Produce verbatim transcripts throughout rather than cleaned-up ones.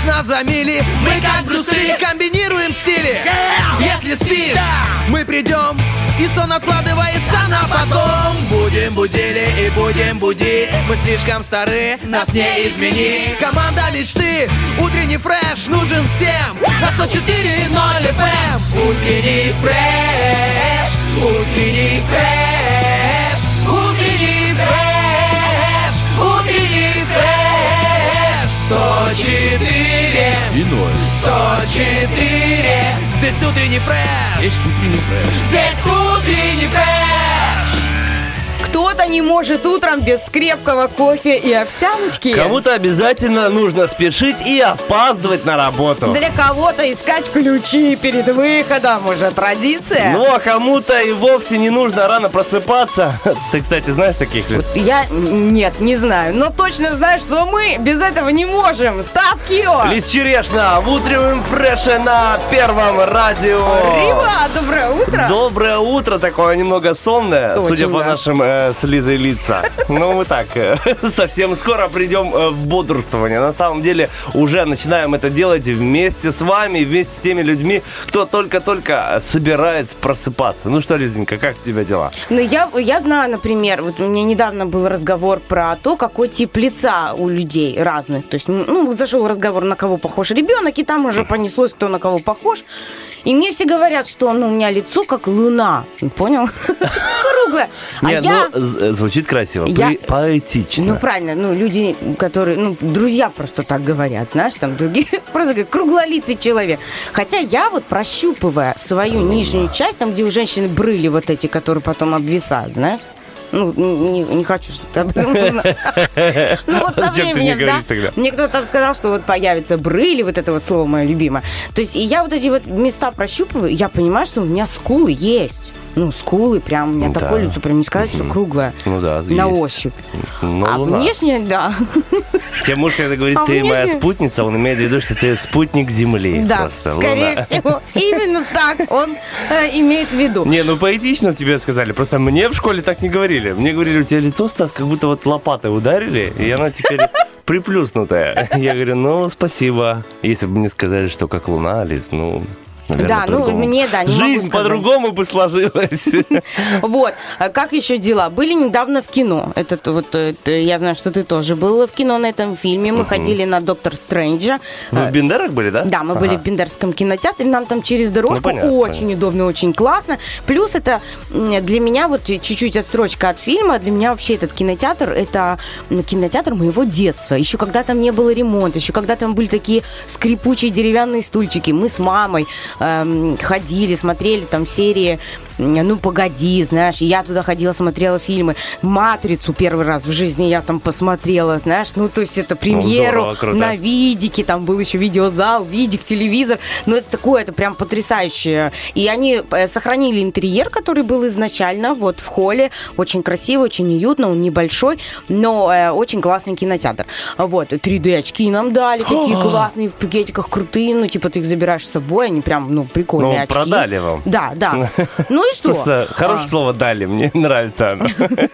нас за мили. Мы как Брюс Ли комбинируем стили. Если спишь, мы придем, и сон откладывается на потом. Будем будили и будем будить. Мы слишком стары, нас не изменить. Команда мечты, утренний фреш нужен всем. На сто четыре ноль эф эм. Утренний фреш, утренний фреш, утренний фреш, утренний фреш. Сто четыре и ноль. Сто четыре. Здесь утренний фреш. Здесь утренний фреш. Здесь утренний фреш. Кто-то не может утром без крепкого кофе и овсяночки. Кому-то обязательно нужно спешить и опаздывать на работу. Для кого-то искать ключи перед выходом уже традиция. Ну, а кому-то и вовсе не нужно рано просыпаться. Ты, кстати, знаешь таких людей? Я нет, не знаю, но точно знаю, что мы без этого не можем. Стас Кио. Лиз Черешна в утреннем фреше на Первом радио. Рива, доброе утро. Доброе утро, такое немного сонное, Очень, судя по да. нашим э, с Лизой лица. Ну, мы так, э, совсем скоро придем э, в бодрствование. На самом деле, уже начинаем это делать вместе с вами, вместе с теми людьми, кто только-только собирается просыпаться. Ну что, Лизонька, как у тебя дела? Ну, я, я знаю, например, вот у меня недавно был разговор про то, какой тип лица у людей разных. То есть, ну, зашел разговор, на кого похож ребенок, и там уже понеслось, кто на кого похож. И мне все говорят, что ну, у меня лицо как луна. Понял? Круглое. А Нет, я... ну, з- звучит красиво, Я- При- поэтично. Ну, правильно, ну, люди, которые, ну, друзья просто так говорят, знаешь, там другие, просто как круглолицый человек. Хотя я вот, прощупывая свою нижнюю часть, там, где у женщины брыли вот эти, которые потом обвисают, знаешь, ну, не, не хочу, чтобы ты об этом узнал. Ну, вот со Зачем ты мне временем, говоришь да, тогда? мне кто-то там сказал, что вот появится брыли, вот это вот слово мое любимое. То есть, и я вот эти вот места прощупываю, и я понимаю, что у меня скулы есть. Ну, скулы прям, у меня Да. такое лицо, прям не сказать, что круглое. Ну да, На есть. ощупь. Ну, А луна. внешне, да. Тебе муж, когда говорит, А ты внешне- моя спутница, он имеет в виду, что ты спутник Земли. Да, просто, скорее Луна. всего, именно так он э, имеет в виду. Не, ну поэтично тебе сказали. Просто мне в школе так не говорили. Мне говорили, у тебя лицо, Стас, как будто вот лопатой ударили, и оно теперь приплюснутое. Я говорю, ну, спасибо. Если бы мне сказали, что как луна, Лиз, ну... наверное, Да, ну, по-другому. мне, да, не могу Жизнь сказать. по-другому бы сложилась. Вот, а как еще дела? Были недавно в кино. Это вот, это, я знаю, что ты тоже был в кино на этом фильме. Мы ходили на «Доктор Стрэнджа». Вы в Бендерах были, да? Да, мы были в Бендерском кинотеатре, нам там через дорожку, Ну, понятно, очень понятно. удобно, очень классно. Плюс это м, для меня вот чуть-чуть отстрочка от фильма, для меня вообще этот кинотеатр, это м, кинотеатр моего детства. Еще когда там не было ремонта, еще когда там были такие скрипучие деревянные стульчики. Мы с мамой эм, ходили, смотрели там серии «Ну, погоди», знаешь, и я туда ходила, смотрела фильмы. «Матрицу» первый раз в жизни я там посмотрела, знаешь, ну, то есть это премьеру здорово, круто. на видике, там был еще видеозал, видик, телевизор, ну, это такое, это прям потрясающее. И они э, сохранили интерьер, который был изначально вот в холле, очень красиво, очень уютно, он небольшой, но э, очень классный кинотеатр. Вот, три дэ очки нам дали, такие классные, в пакетиках крутые, ну, типа, ты их забираешь с собой, они прям, ну, прикольные Ну, очки. продали вам. Да, да. Ну и что? Просто хорошее А. слово дали, мне нравится оно.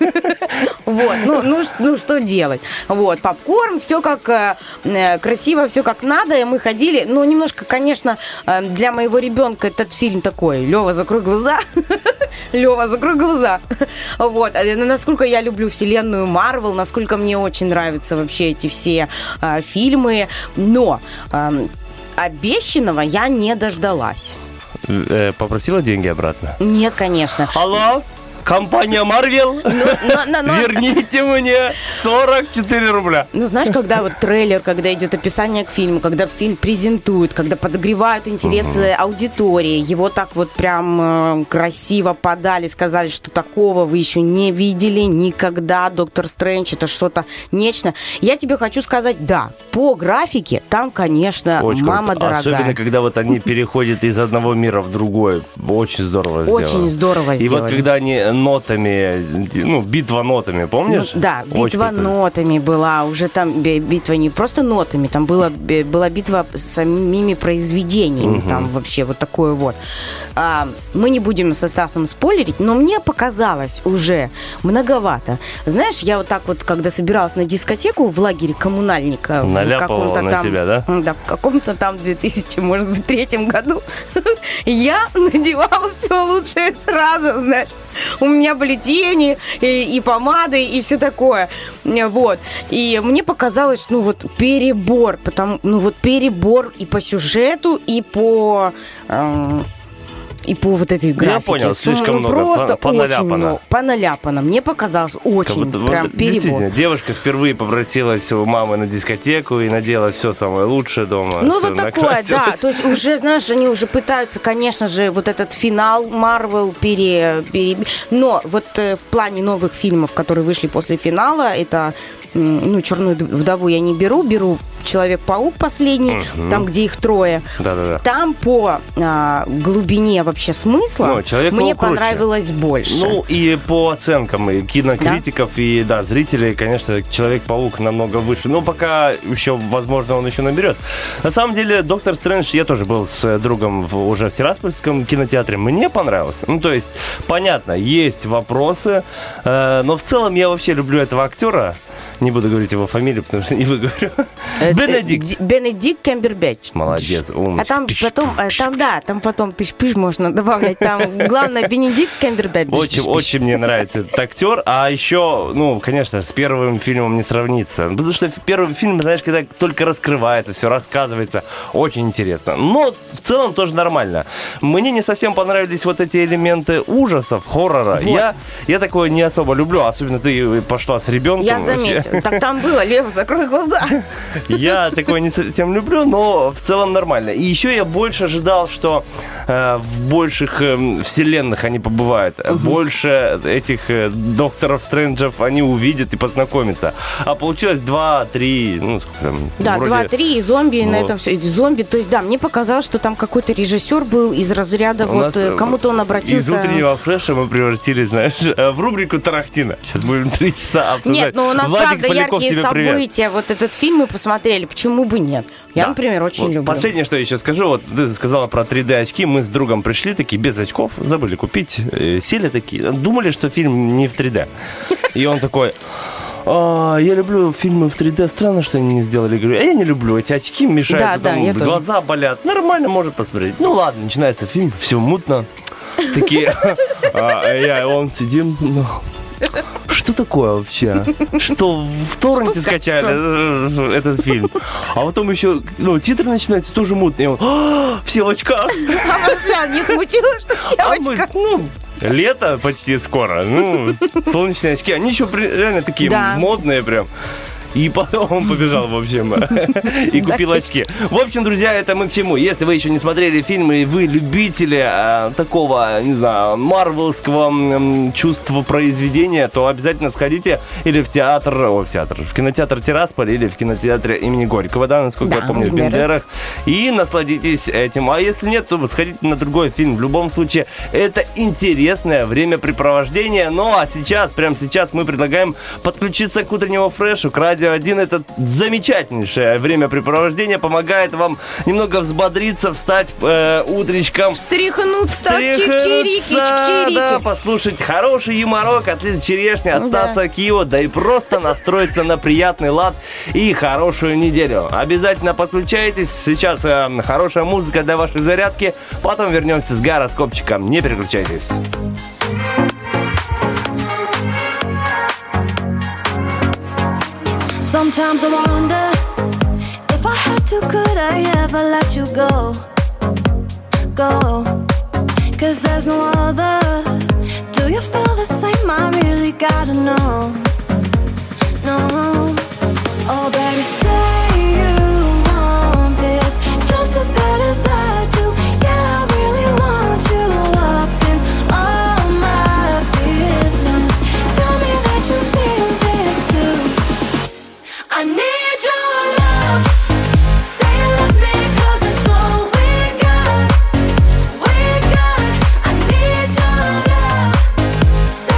Вот, ну, ну, ш- ну что делать? Вот, попкорн, все как э, э, красиво, все как надо, и мы ходили. Ну, немножко, конечно, э, для моего ребенка этот фильм такой. Лева, закрой глаза. Лева, закрой глаза. Вот, э, насколько я люблю вселенную Марвел, насколько мне очень нравятся вообще эти все э, фильмы. Но э, обещанного я не дождалась. Э, Попросила деньги обратно. Нет, конечно. Алло, компания Марвел, Но- но- но- верните мне сорок четыре рубля. Ну, знаешь, когда вот трейлер, когда идет описание к фильму, когда фильм презентуют, когда подогревают интересы аудитории, его так вот прям э, красиво подали, сказали, что такого вы еще не видели никогда, «Доктор Стрэндж», это что-то нечто. Я тебе хочу сказать, да, по графике там, конечно, Очень мама круто. дорогая. Особенно, когда вот они переходят из одного мира в другой. Очень здорово сделано. Очень здорово И вот сделали. когда они нотами, ну, битва нотами, помнишь? Ну, да, битва нотами была, уже там битва не просто нотами, там была, была битва с самими произведениями, угу. там вообще вот такое вот. А, мы не будем со Стасом спойлерить, но мне показалось уже многовато. Знаешь, я вот так вот, когда собиралась на дискотеку в лагере коммунальника, наляпала в каком-то на там, себя, да? Да, в каком-то там две тысячи, может быть, третьем году, я надевала все лучшее сразу, знаешь. У меня были тени и, и помады, и все такое. Вот. И мне показалось, ну, вот перебор. Потому, ну, вот перебор и по сюжету, и по... Э, и по вот этой графике. Я понял, слишком ну, много. Просто поналяпано. очень много. Поналяпано. Мне показалось очень будто, прям вот, перебор. Действительно, девушка впервые попросилась у мамы на дискотеку и надела все самое лучшее дома. Ну, вот такое, да. То есть уже, знаешь, они уже пытаются, конечно же, вот этот финал Marvel пере... пере... Но вот э, в плане новых фильмов, которые вышли после финала, это... Ну, «Черную вдову» я не беру, беру «Человек-паук» последний, угу. там, где их трое. Да-да-да. Там по а, глубине вообще смысла ну, мне понравилось круче. Больше. Ну, и по оценкам и кинокритиков, да? и, да, зрителей, конечно, «Человек-паук» намного выше. Но пока еще, возможно, он еще наберет. На самом деле, «Доктор Стрэндж», я тоже был с другом в, уже в Тираспольском кинотеатре. Мне понравился. Ну, то есть, понятно, есть вопросы, э, но в целом я вообще люблю этого актера. Не буду говорить его фамилию, потому что не выговорю. Бенедикт. Бенедикт Камбербэтч. Молодец, умничка. А там потом, там, да, там потом тыш-пыш можно добавлять. Там главное Бенедикт Камбербэтч. Очень, очень мне нравится этот актер. А еще, ну, конечно, с первым фильмом не сравнится. Потому что первый фильм, знаешь, когда только раскрывается, все рассказывается, очень интересно. Но в целом тоже нормально. Мне не совсем понравились вот эти элементы ужасов, хоррора. Вот. Я, я такое не особо люблю. Особенно ты пошла с ребенком. Я заметила. Так там было, Лев, закрой глаза. Я такое не совсем люблю, но в целом нормально. И еще я больше ожидал, что э, в больших э, вселенных они побывают. Угу. Больше этих э, докторов Стрэнджев они увидят и познакомятся. А получилось два-три, ну, там, да, вроде... два-три и зомби вот. На этом все. Зомби, то есть, да, мне показалось, что там какой-то режиссер был из разряда, У вот, нас, кому-то он обратился. Из утреннего фреша мы превратились, знаешь, в рубрику Тарахтина. Сейчас будем три часа обсуждать. Нет, ну у нас, Владик правда, Поляков, яркие события. Привет. Вот этот фильм мы посмотрели. Почему бы нет? Я, да. например, очень вот люблю. Последнее, что я еще скажу. Вот ты сказала про три дэ очки. Мы с другом пришли такие, без очков, забыли купить. Сели такие, думали, что фильм не в три дэ. И он такой... А, я люблю фильмы в три дэ. Странно, что они не сделали. Я говорю, а я не люблю. Эти очки мешают, да, потом да, глаза тоже. Болят. Нормально, можно посмотреть. Ну ладно, начинается фильм, все мутно. Такие, он сидим, ну... Что такое вообще? Что в торренте скачали этот фильм? А потом еще, ну, титры начинаются тоже мутные. Все в очках. А вас не смутило, что все в очках? Ну, лето почти скоро. Ну, солнечные очки. Они еще реально такие модные прям. И потом он побежал, в общем, и купил очки. В общем, друзья, это мы к чему? Если вы еще не смотрели фильм, и вы любители э, такого, не знаю, марвелского э, чувства произведения, то обязательно сходите или в театр, о, в театр, в кинотеатр Тирасполь, или в кинотеатре имени Горького, да, насколько да, я помню, в Бендерах, и насладитесь этим. А если нет, то сходите на другой фильм. В любом случае, это интересное времяпрепровождение. Ну, а сейчас, прямо сейчас мы предлагаем подключиться к утреннему фрешу, к радио один. Это замечательнейшее времяпрепровождение, помогает вам немного взбодриться, встать э, утречком. Встряхнуть, встать, чик-чирики, да, послушать хороший юморок от Лизы Черешни, от да. Стаса Киева, да и просто настроиться на приятный лад и хорошую неделю. Обязательно подключайтесь. Сейчас э, хорошая музыка для вашей зарядки. Потом вернемся с гороскопчиком. Не переключайтесь. Sometimes I wonder if I had to, could I ever let you go, go, cause there's no other. Do you feel the same? I really gotta know, no. Oh baby, say you want this just as bad as I do. Yeah, I really want you up in all my business. Tell me that you feel this too. I need your love. Say you love me 'cause it's all we got. We got. I need your love. Say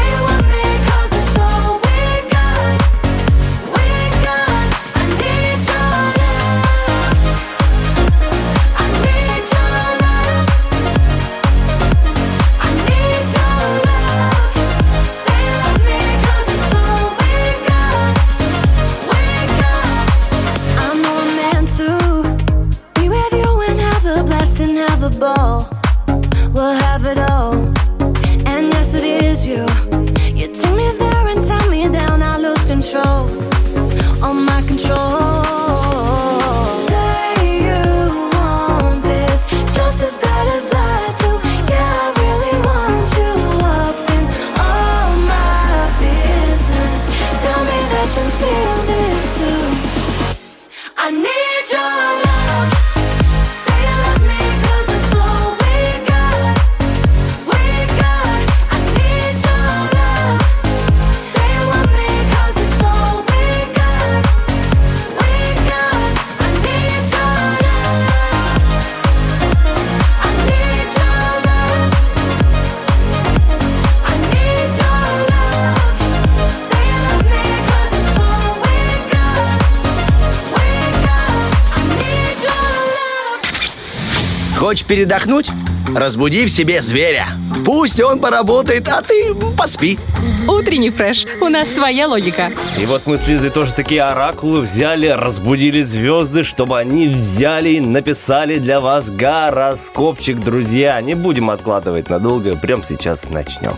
Хочешь передохнуть? Разбуди в себе зверя. Пусть он поработает, а ты поспи. Утренний фреш. У нас своя логика. И вот мы с Лизой тоже такие оракулы взяли, разбудили звезды, чтобы они взяли и написали для вас гороскопчик, друзья. Не будем откладывать надолго, прямо сейчас начнем.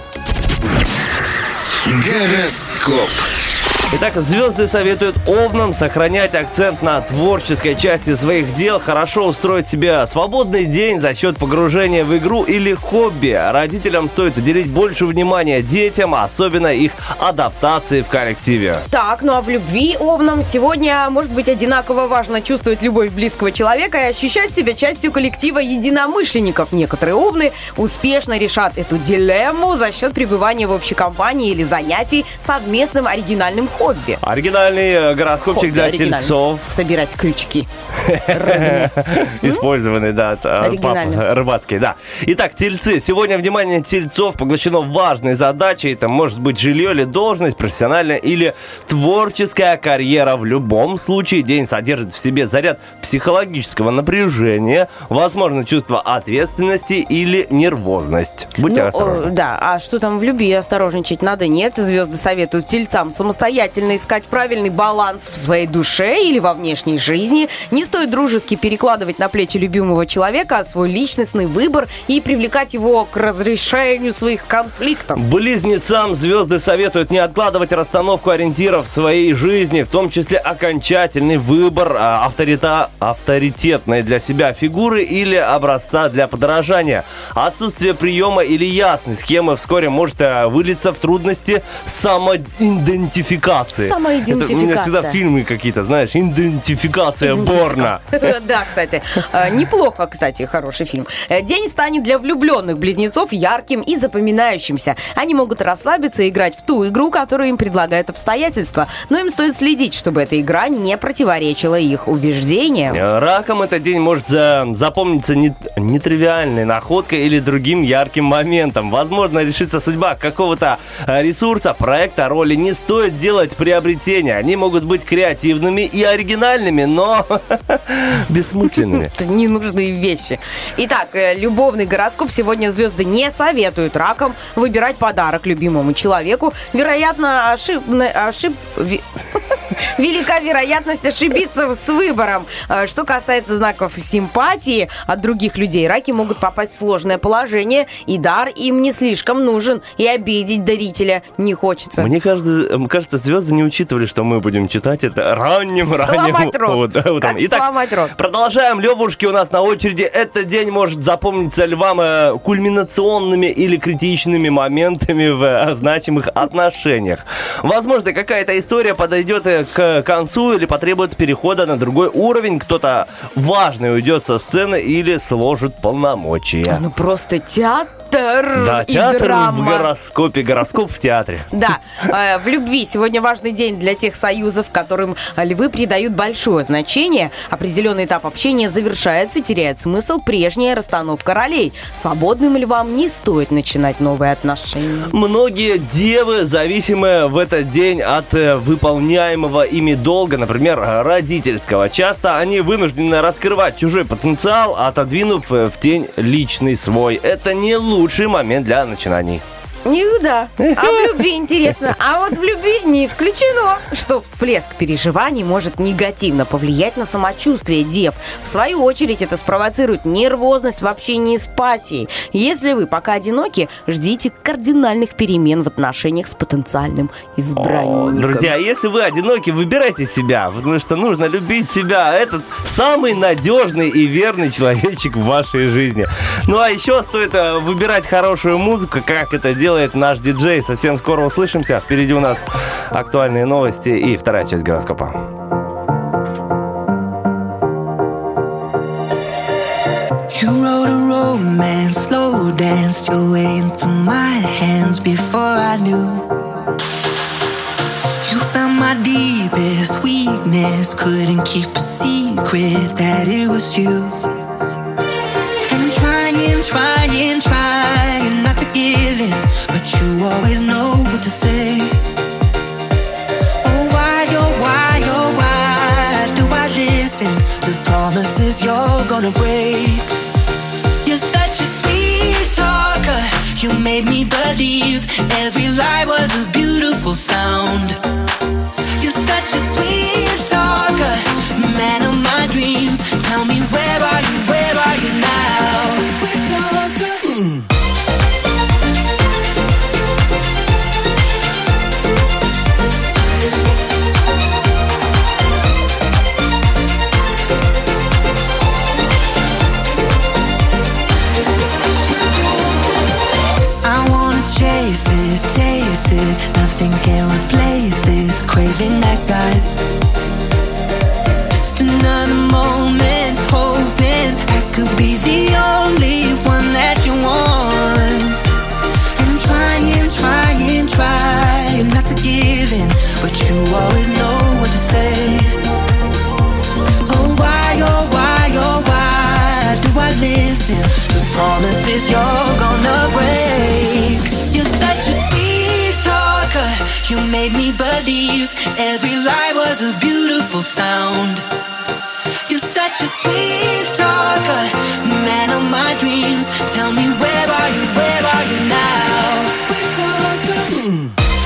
Гороскоп. Итак, звезды советуют овнам сохранять акцент на творческой части своих дел, хорошо устроить себе свободный день за счет погружения в игру или хобби. Родителям стоит уделить больше внимания детям, особенно их адаптации в коллективе. Так, ну а в любви овнам сегодня может быть одинаково важно чувствовать любовь близкого человека и ощущать себя частью коллектива единомышленников. Некоторые овны успешно решат эту дилемму за счет пребывания в общей компании или занятий совместным оригинальным хобби. Хобби. Оригинальный гороскопчик Хобби для оригинальный. тельцов. Собирать крючки. Использованный, да, от Оригинально. папы, рыбацкий, да. Итак, тельцы. Сегодня внимание тельцов поглощено важной задачей. Это может быть жилье или должность, профессиональная или творческая карьера. В любом случае день содержит в себе заряд психологического напряжения, возможно, чувство ответственности или нервозность. Будьте Ну, осторожны. о, да, а что там в любви осторожничать надо? Нет, звезды советуют тельцам самостоятельно искать правильный баланс в своей душе или во внешней жизни. Не стоит дружески перекладывать на плечи любимого человека свой личностный выбор и привлекать его к разрешению своих конфликтов. Близнецам звезды советуют не откладывать расстановку ориентиров в своей жизни, в том числе окончательный выбор а, авторита, авторитетной для себя фигуры или образца для подражания. Отсутствие приема или ясной схемы вскоре может а, вылиться в трудности самоидентификации. Самоидентификация. Это у меня всегда фильмы какие-то, знаешь, идентификация Борна. Да, кстати. Э, Неплохо, кстати, хороший фильм. Э, День станет для влюбленных близнецов ярким и запоминающимся. Они могут расслабиться и играть в ту игру, которую им предлагают обстоятельства. Но им стоит следить, чтобы эта игра не противоречила их убеждениям. Раком этот день может за- запомниться не- нетривиальной находкой или другим ярким моментом. Возможно, решится судьба какого-то э, ресурса, проекта, роли. Не стоит делать приобретения. Они могут быть креативными и оригинальными, но бессмысленными. Это ненужные вещи. Итак, э, любовный гороскоп сегодня звезды не советуют ракам выбирать подарок любимому человеку. Вероятно, ошиб... ошиб... ви- Велика вероятность ошибиться с выбором. Э, Что касается знаков симпатии от других людей, раки могут попасть в сложное положение, и дар им не слишком нужен, и обидеть дарителя не хочется. Мне кажется, кажется, звезды не учитывали, что мы будем читать это ранним-ранним Сломать рот. утром. Как Итак, сломать рот. продолжаем. Левушки у нас на очереди. Этот день может запомниться львам э, кульминационными или критичными моментами в э, значимых отношениях. Возможно, какая-то история подойдет э, к концу или потребует перехода на другой уровень. Кто-то важный уйдет со сцены или сложит полномочия. Ну просто театр Да, и театр драма. в гороскопе, гороскоп в театре. Да, э, в любви сегодня важный день для тех союзов, которым львы придают большое значение. Определенный этап общения завершается, теряет смысл прежняя расстановка ролей. Свободным львам не стоит начинать новые отношения. Многие девы зависимы в этот день от э, выполняемого ими долга, например, родительского. Часто они вынуждены раскрывать чужой потенциал, отодвинув э, в тень личный свой. Это не лучший момент для начинаний. Никуда. А в любви интересно. А вот в любви не исключено, что всплеск переживаний может негативно повлиять на самочувствие дев. В свою очередь это спровоцирует нервозность в общении с пассией. Если вы пока одиноки, ждите кардинальных перемен в отношениях с потенциальным избранником. Друзья, если вы одиноки, выбирайте себя, потому что нужно любить себя. Этот самый надежный и верный человечек в вашей жизни. Ну а еще стоит э, выбирать хорошую музыку, как это делает наш диджей. Совсем скоро услышимся. Впереди у нас актуальные новости и вторая часть гороскопа. You wrote a romance, slow danced your way into my hands before I knew. You found my deepest weakness, couldn't keep a secret that it was you. And I'm trying, trying, trying not to give in, but you always know what to say. Oh why, oh why, oh why do I listen to promises you're gonna break? me believe every lie was a beautiful sound. You're such a sweet talker, man of my dreams. Tell me, where are you, where are you now? Sweet talker. Mm. Chase it, taste it, nothing can replace this craving I got. Just another moment, hoping I could be the only one that you want. And I'm trying, trying, trying not to give in, but you always know what to say. Oh why, oh why, oh why do I listen to promises you're gonna break? You're such a sweet talker, you made me believe every lie was a beautiful sound. You're such a sweet talker, man of my dreams. Tell me, where are you, where are you now? Sweet talker. Mm.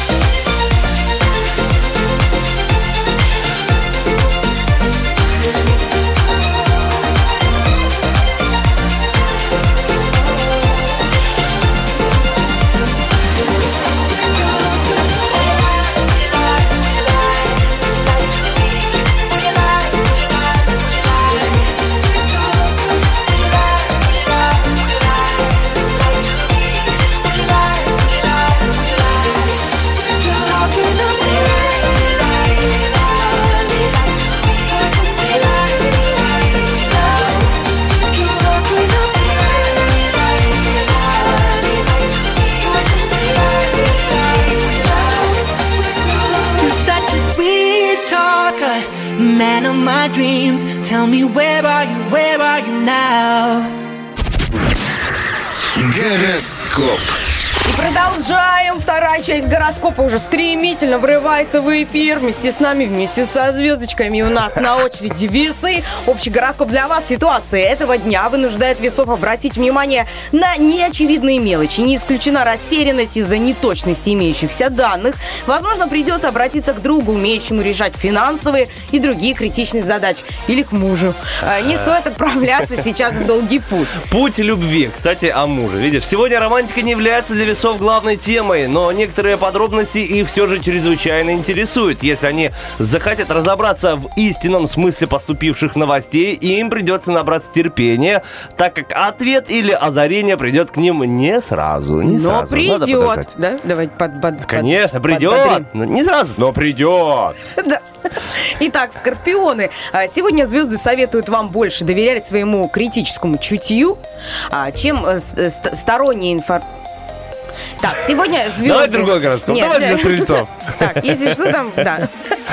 Man of my dreams, tell me, where are you, where are you now? Гороскоп. И продолжаем. Вторая часть гороскопа уже стремительно врывается в эфир. Вместе с нами, вместе со звездочками. У нас на очереди весы. Общий гороскоп для вас. Ситуация этого дня вынуждает весов обратить внимание на неочевидные мелочи. Не исключена растерянность из-за неточности имеющихся данных. Возможно, придется обратиться к другу, умеющему решать финансовые и другие критичные задачи. Или к мужу. Не стоит отправляться сейчас в долгий путь. Путь любви. Кстати, о муже. Видишь, сегодня романтика не является для весов главной темой, но некоторые подробности их все же чрезвычайно интересуют. Если они захотят разобраться в истинном смысле поступивших новостей, им придется набраться терпения, так как ответ или озарение придет к ним не сразу. Не но сразу. придет. Да? Давайте под, под, Конечно, под, придет. подбодрим. Не сразу, но придет. Да. Итак, скорпионы, сегодня звезды советуют вам больше доверять своему критическому чутью, чем сторонней информации. Так, сегодня звезды... Давай другой гороскоп, Нет, давай для стрельцов. Так, если что там, да.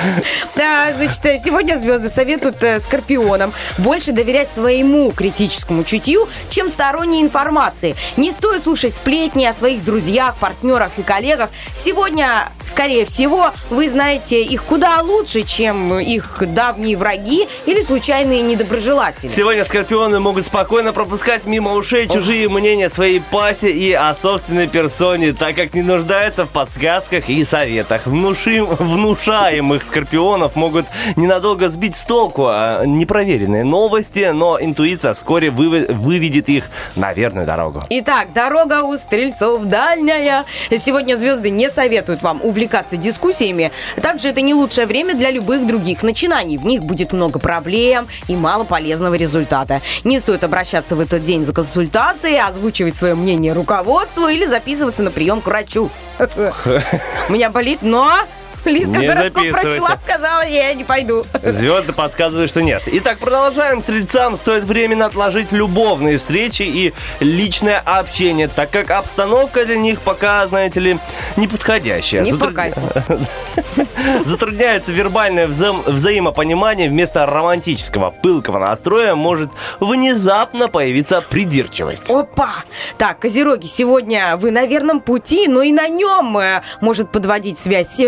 Да, значит, сегодня звезды советуют э, скорпионам больше доверять своему критическому чутью, чем сторонней информации. Не стоит слушать сплетни о своих друзьях, партнерах и коллегах. Сегодня, скорее всего, вы знаете их куда лучше, чем их давние враги или случайные недоброжелатели. Сегодня скорпионы могут спокойно пропускать мимо ушей чужие мнения своей пасе и о собственной персоне, так как не нуждаются в подсказках и советах. Внушим, внушаемых скорпионов могут ненадолго сбить с толку непроверенные новости, но интуиция вскоре вы, выведет их на верную дорогу. Итак, дорога у стрельцов дальняя. Сегодня звезды не советуют вам увлекаться дискуссиями. Также это не лучшее время для любых других начинаний. В них будет много проблем и мало полезного результата. Не стоит обращаться в этот день за консультацией, озвучивать свое мнение руководству или записываться на прием к врачу. У меня болит, но... Лизка гороскоп прочла, сказала, я не пойду. Звезды подсказывают, что нет. Итак, продолжаем. Стрельцам стоит временно отложить любовные встречи и личное общение, так как обстановка для них пока, знаете ли, неподходящая. Не Затр... по кайфу. Затрудняется вербальное вза... взаимопонимание. Вместо романтического пылкого настроя может внезапно появиться придирчивость. Опа! Так, козероги, сегодня вы на верном пути, но и на нем может подводить связь или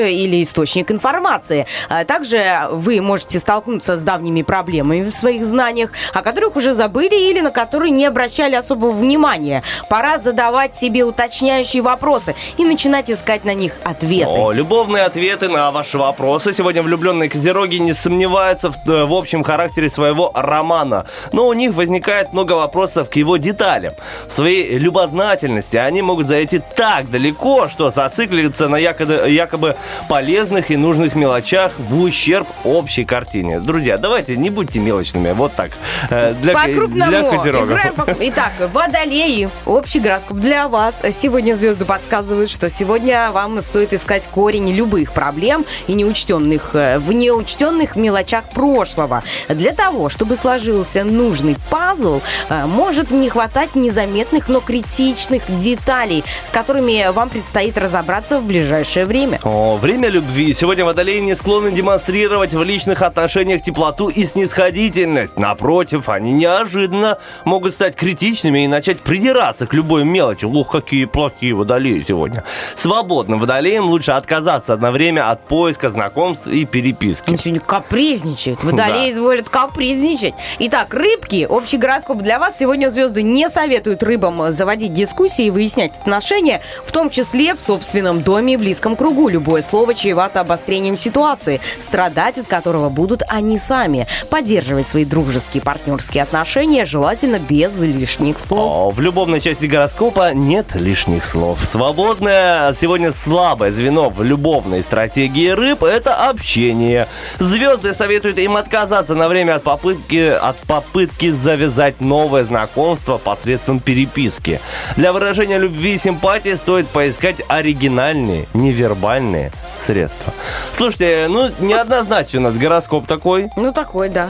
источник информации. Также вы можете столкнуться с давними проблемами в своих знаниях, о которых уже забыли или на которые не обращали особого внимания. Пора задавать себе уточняющие вопросы и начинать искать на них ответы. О, любовные ответы на ваши вопросы. Сегодня влюбленные козероги не сомневаются в, в общем характере своего романа, но у них возникает много вопросов к его деталям. В своей любознательности они могут зайти так далеко, что зацикливаться на якобы, якобы полезных и нужных мелочах в ущерб общей картине. Друзья, давайте не будьте мелочными. Вот так. Для, По-крупному. для козерогов. Играем по... Итак, водолеи. Общий гороскоп для вас. Сегодня звезды подсказывают, что сегодня вам стоит искать корень любых проблем и неучтенных, в неучтенных мелочах прошлого. Для того, чтобы сложился нужный пазл, может не хватать незаметных, но критичных деталей, с которыми вам предстоит разобраться в ближайшее время. О, время любви. Сегодня водолеи не склонны демонстрировать в личных отношениях теплоту и снисходительность. Напротив, они неожиданно могут стать критичными и начать придираться к любой мелочи. Ух, какие плохие водолеи сегодня. Свободным водолеям лучше отказаться одно время от поиска знакомств и переписки. Он сегодня капризничает. Водолеи да. изволят капризничать. Итак, рыбки. Общий гороскоп для вас. Сегодня звезды не советуют рыбам заводить дискуссии и выяснять отношения, в том числе в собственном доме и близком кругу. Любое слово чревато обострением ситуации, страдать от которого будут они сами. Поддерживать свои дружеские партнерские отношения желательно без лишних слов. О, в любовной части гороскопа нет лишних слов. Свободное сегодня слабое звено в любовной стратегии рыб – это общение. Звезды советуют им отказаться на время от попытки, от попытки завязать новое знакомство посредством переписки. Для выражения любви и симпатии стоит поискать оригинальные, невербальные средства. Слушайте, ну неоднозначно у нас гороскоп такой. Ну такой, да.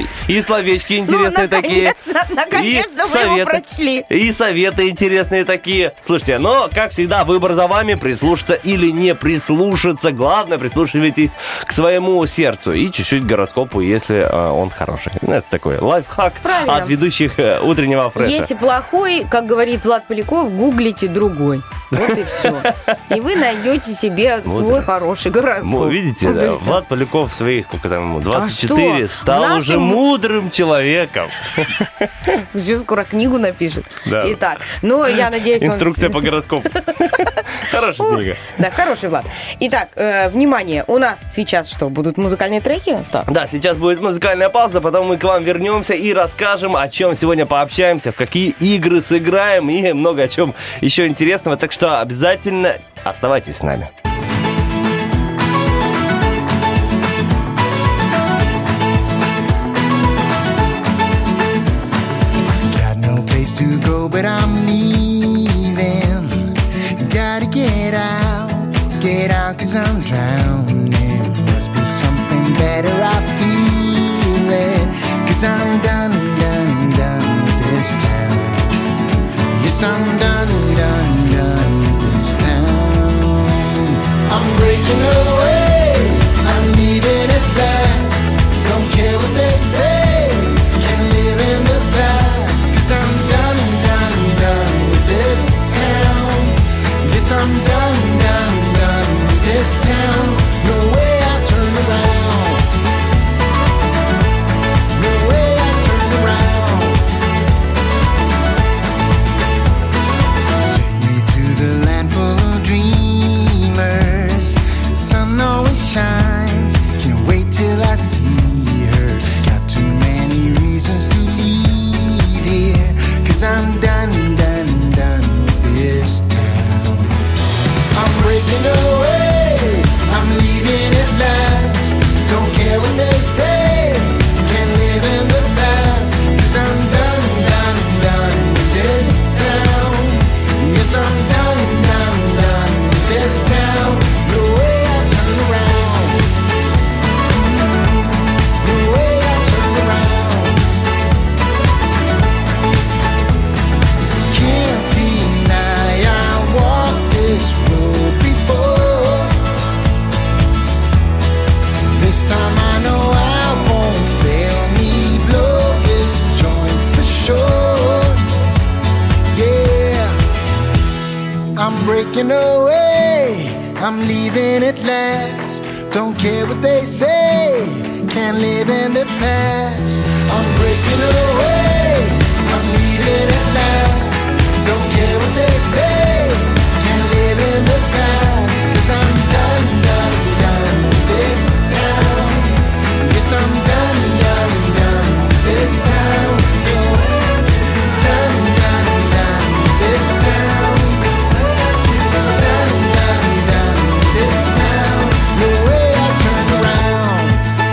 И словечки интересные ну, такие. Наконец-то вы его прочли. И советы интересные такие. Слушайте, но, как всегда, выбор за вами. Прислушаться или не прислушаться. Главное, прислушивайтесь к своему сердцу. И чуть-чуть гороскопу, если э, он хороший. Ну, это такой лайфхак Правильно. От ведущих э, утреннего фреша. Если плохой, как говорит Влад Поляков, гуглите другой. Вот и все. И вы найдете себе вот свой это. хороший гороскоп. Ну, видите, вот да, Влад Поляков в своей, сколько там ему, двадцать четыре, а стал нашем... уже мудрым человеком. Все скоро книгу напишет. Да. Итак, ну, я надеюсь, Инструкция он... по гороскопу. Хорошая книга. Да, хороший, Влад. Итак, э, внимание, у нас сейчас что, будут музыкальные треки, Стас? Да, сейчас будет музыкальная пауза, потом мы к вам вернемся и расскажем, о чем сегодня пообщаемся, в какие игры сыграем и много о чем еще интересного. Так что обязательно оставайтесь с нами. But I'm leaving. Gotta get out, get out, cause I'm drowning. Must be something better, I feel it. Cause I'm done, done, done with this town. Yes, I'm done, done, done with this town. I'm breaking away, I'm leaving at last. Don't care what they say, can't live in the past. Cause I'm done. I'm done, done, done with this town. No way I turn around. No way I turn around. Take me to the land full of dreamers. Sun always shines. Can't wait till I see her. Got too many reasons to leave here. Cause I'm done, done, done with this town. I'm breaking away, I'm leaving at last. Don't care what they say, can't live in the past. Cause I'm done, done, done with this town. Yes, I'm done, done, done with this town. No way I turn around. No way I turn around. Can't deny I walk this road before. This time I know I won't fail me. Blow this joint for sure. Yeah, I'm breaking away, I'm leaving at last. Don't care what they say, can't live in the past. I'm breaking away, I'm leaving at last. Don't care what they say, can't live in the past. Cause I'm done, done, done with this town. Yes, I'm done, done, done with this town. Done, done, done with this town. Done, done, done with this town. No way I turn around.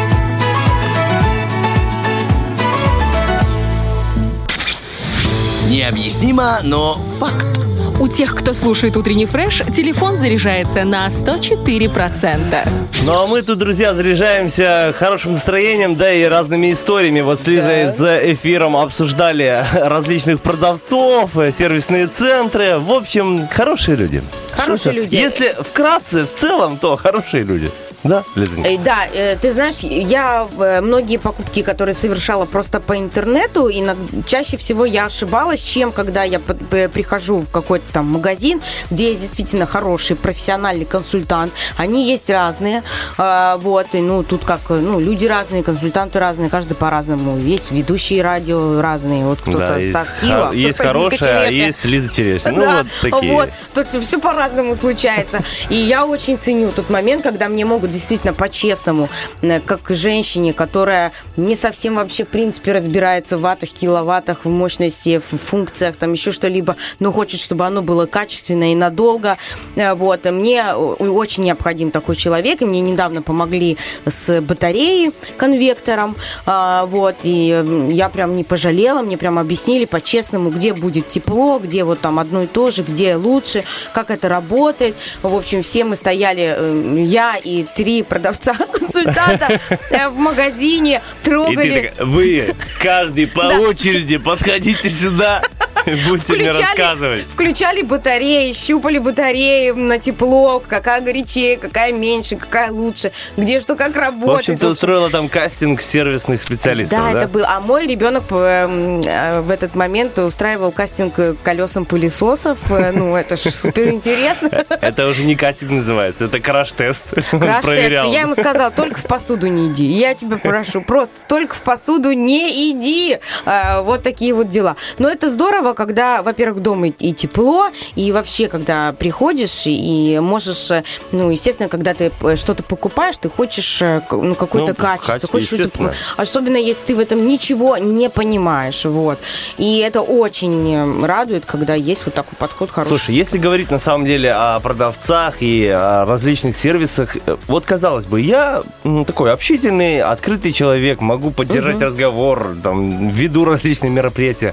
Необъяснимо, но факт. У тех, кто слушает утренний фреш, телефон заряжается на сто четыре процента. Ну а мы тут, друзья, заряжаемся хорошим настроением, да и разными историями. Вот с Лизой Да. за эфиром обсуждали различных продавцов, сервисные центры. В общем, хорошие люди. Хорошие Слушай, люди. Если вкратце, в целом, то хорошие люди. Да, Лизонька? Э, Да, э, ты знаешь, я э, многие покупки, которые совершала просто по интернету, и чаще всего я ошибалась, чем когда я под- п- прихожу в какой-то там магазин, где есть действительно хороший профессиональный консультант. Они есть разные, э, вот, и ну тут как, ну люди разные, консультанты разные, каждый по-разному. Есть ведущие радио разные, вот кто-то Да, есть, Стас Кива, хо- есть кто-то Лизка хорошая, а Черешня. есть Лиза Черешня. Ну, Да, вот такие. вот, тут все по-разному случается. И я очень ценю тот момент, когда мне могут действительно по-честному, э, как женщине, которая не совсем вообще, в принципе, разбирается в ваттах, киловаттах, в мощности, в функциях, там еще что-либо, но хочет, чтобы оно было качественно и надолго. Э, Вот. И мне о- очень необходим такой человек. И мне недавно помогли с батареей, конвектором. А, Вот. И м, я прям не пожалела. Мне прям объяснили по-честному, где будет тепло, где вот там одно и то же, где лучше, как это работает. В общем, все мы стояли, э, я и три продавца-консультанта э, в магазине, И ты трогали. такая, вы, каждый по очереди, подходите сюда, будете мне рассказывать. Включали батареи, щупали батареи на тепло, какая горячее, какая меньше, какая лучше, где что как В работает. общем, ты устроила там кастинг сервисных специалистов, Да, да? это был. А мой ребенок э, э, в этот момент устраивал кастинг к колесам пылесосов. Э, Ну, это ж супер интересно. Это уже не кастинг называется, это краш-тест. Краш-тест. Проверял. Я ему сказала, только в посуду не иди. Я тебя прошу, просто только в посуду не иди. А, вот такие вот дела. Но это здорово, когда, во-первых, дома и тепло, и вообще, когда приходишь и можешь, ну, естественно, когда ты что-то покупаешь, ты хочешь, ну, какое-то Ну, качество. качество, Хочешь что-то... естественно. Особенно, если ты в этом ничего не понимаешь. Вот. И это очень радует, когда есть вот такой подход хороший. Слушай, если говорить на самом деле о продавцах и о различных сервисах, э, вот казалось бы, я м, такой общительный, открытый человек, могу поддержать разговор, там, веду различные мероприятия,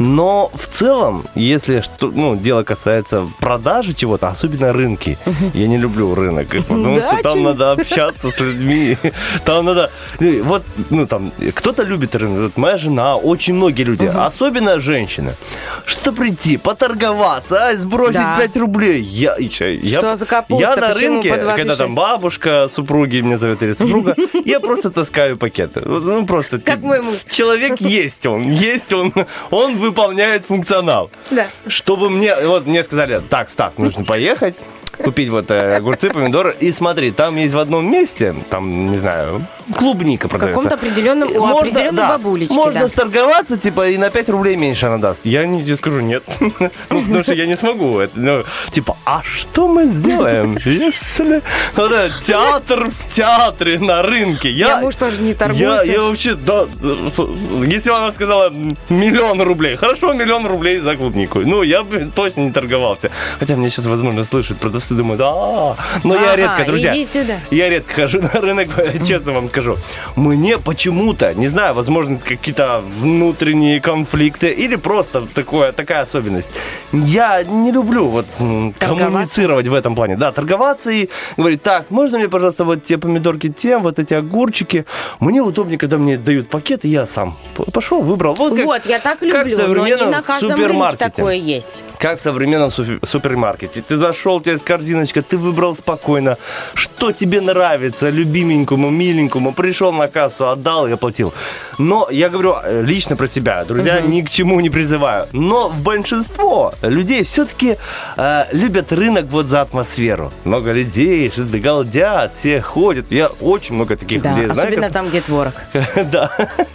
но в целом, если что, ну, дело касается продажи чего-то, особенно рынки, я не люблю рынок, потому Да, что там чё? надо общаться с людьми, там надо, ну, вот, ну, там, кто-то любит рынок, вот моя жена, очень многие люди, особенно женщины, что прийти, поторговаться, а, сбросить Да. пять рублей. Я, я, я- Что за капуста? Я на Почему рынке, по двадцать когда там шесть? бабушка, супруги меня зовут или супруга, я просто таскаю пакеты. Вот, ну, просто. Как типа, мой муж. Человек есть он, есть он, он выполняет функционал. Да. Чтобы мне, вот мне сказали, так, Стас, нужно поехать, купить вот э, огурцы, помидоры, и смотри, там есть в одном месте, там, не знаю, клубника В продается. каком-то определенном, у Можно, определенной да, бабулечки. можно Да. сторговаться, типа, и на пять рублей меньше она даст. Я не тебе скажу нет. Ну, потому что я не смогу. Это, ну, типа, а что мы сделаем, если... Ну, да, театр в театре на рынке. Я, Я муж тоже не я, торгуется. я вообще, да, если она сказала миллион рублей, хорошо, миллион рублей за клубнику. Ну, я бы точно не торговался. Хотя меня сейчас, возможно, слышат продавцы, думают, а но я Ага, редко, друзья. иди сюда. Я редко хожу на рынок, честно вам скажу. Мне почему-то, не знаю, возможно, какие-то внутренние конфликты или просто такое, такая особенность. Я не люблю вот м, коммуницировать в этом плане. Да, торговаться и говорить, так, можно мне, пожалуйста, вот те помидорки тем, вот эти огурчики. Мне удобнее, когда мне дают пакет, и я сам п- пошел, выбрал. Вот, как, Вот, я так как в люблю, но не современном на каждом рынке супермаркете. такое есть. Как в современном су- супермаркете. Ты зашел, тебе скажут, корзиночка, ты выбрал спокойно, что тебе нравится, любименькому, миленькому, пришел на кассу, отдал и оплатил. Но я говорю лично про себя, друзья, угу. ни к чему не призываю. Но большинство людей все-таки э, любят рынок вот за атмосферу. Много людей, что-то галдят, все ходят. Я очень много таких да, людей знаю. Особенно как... там, где творог. Да,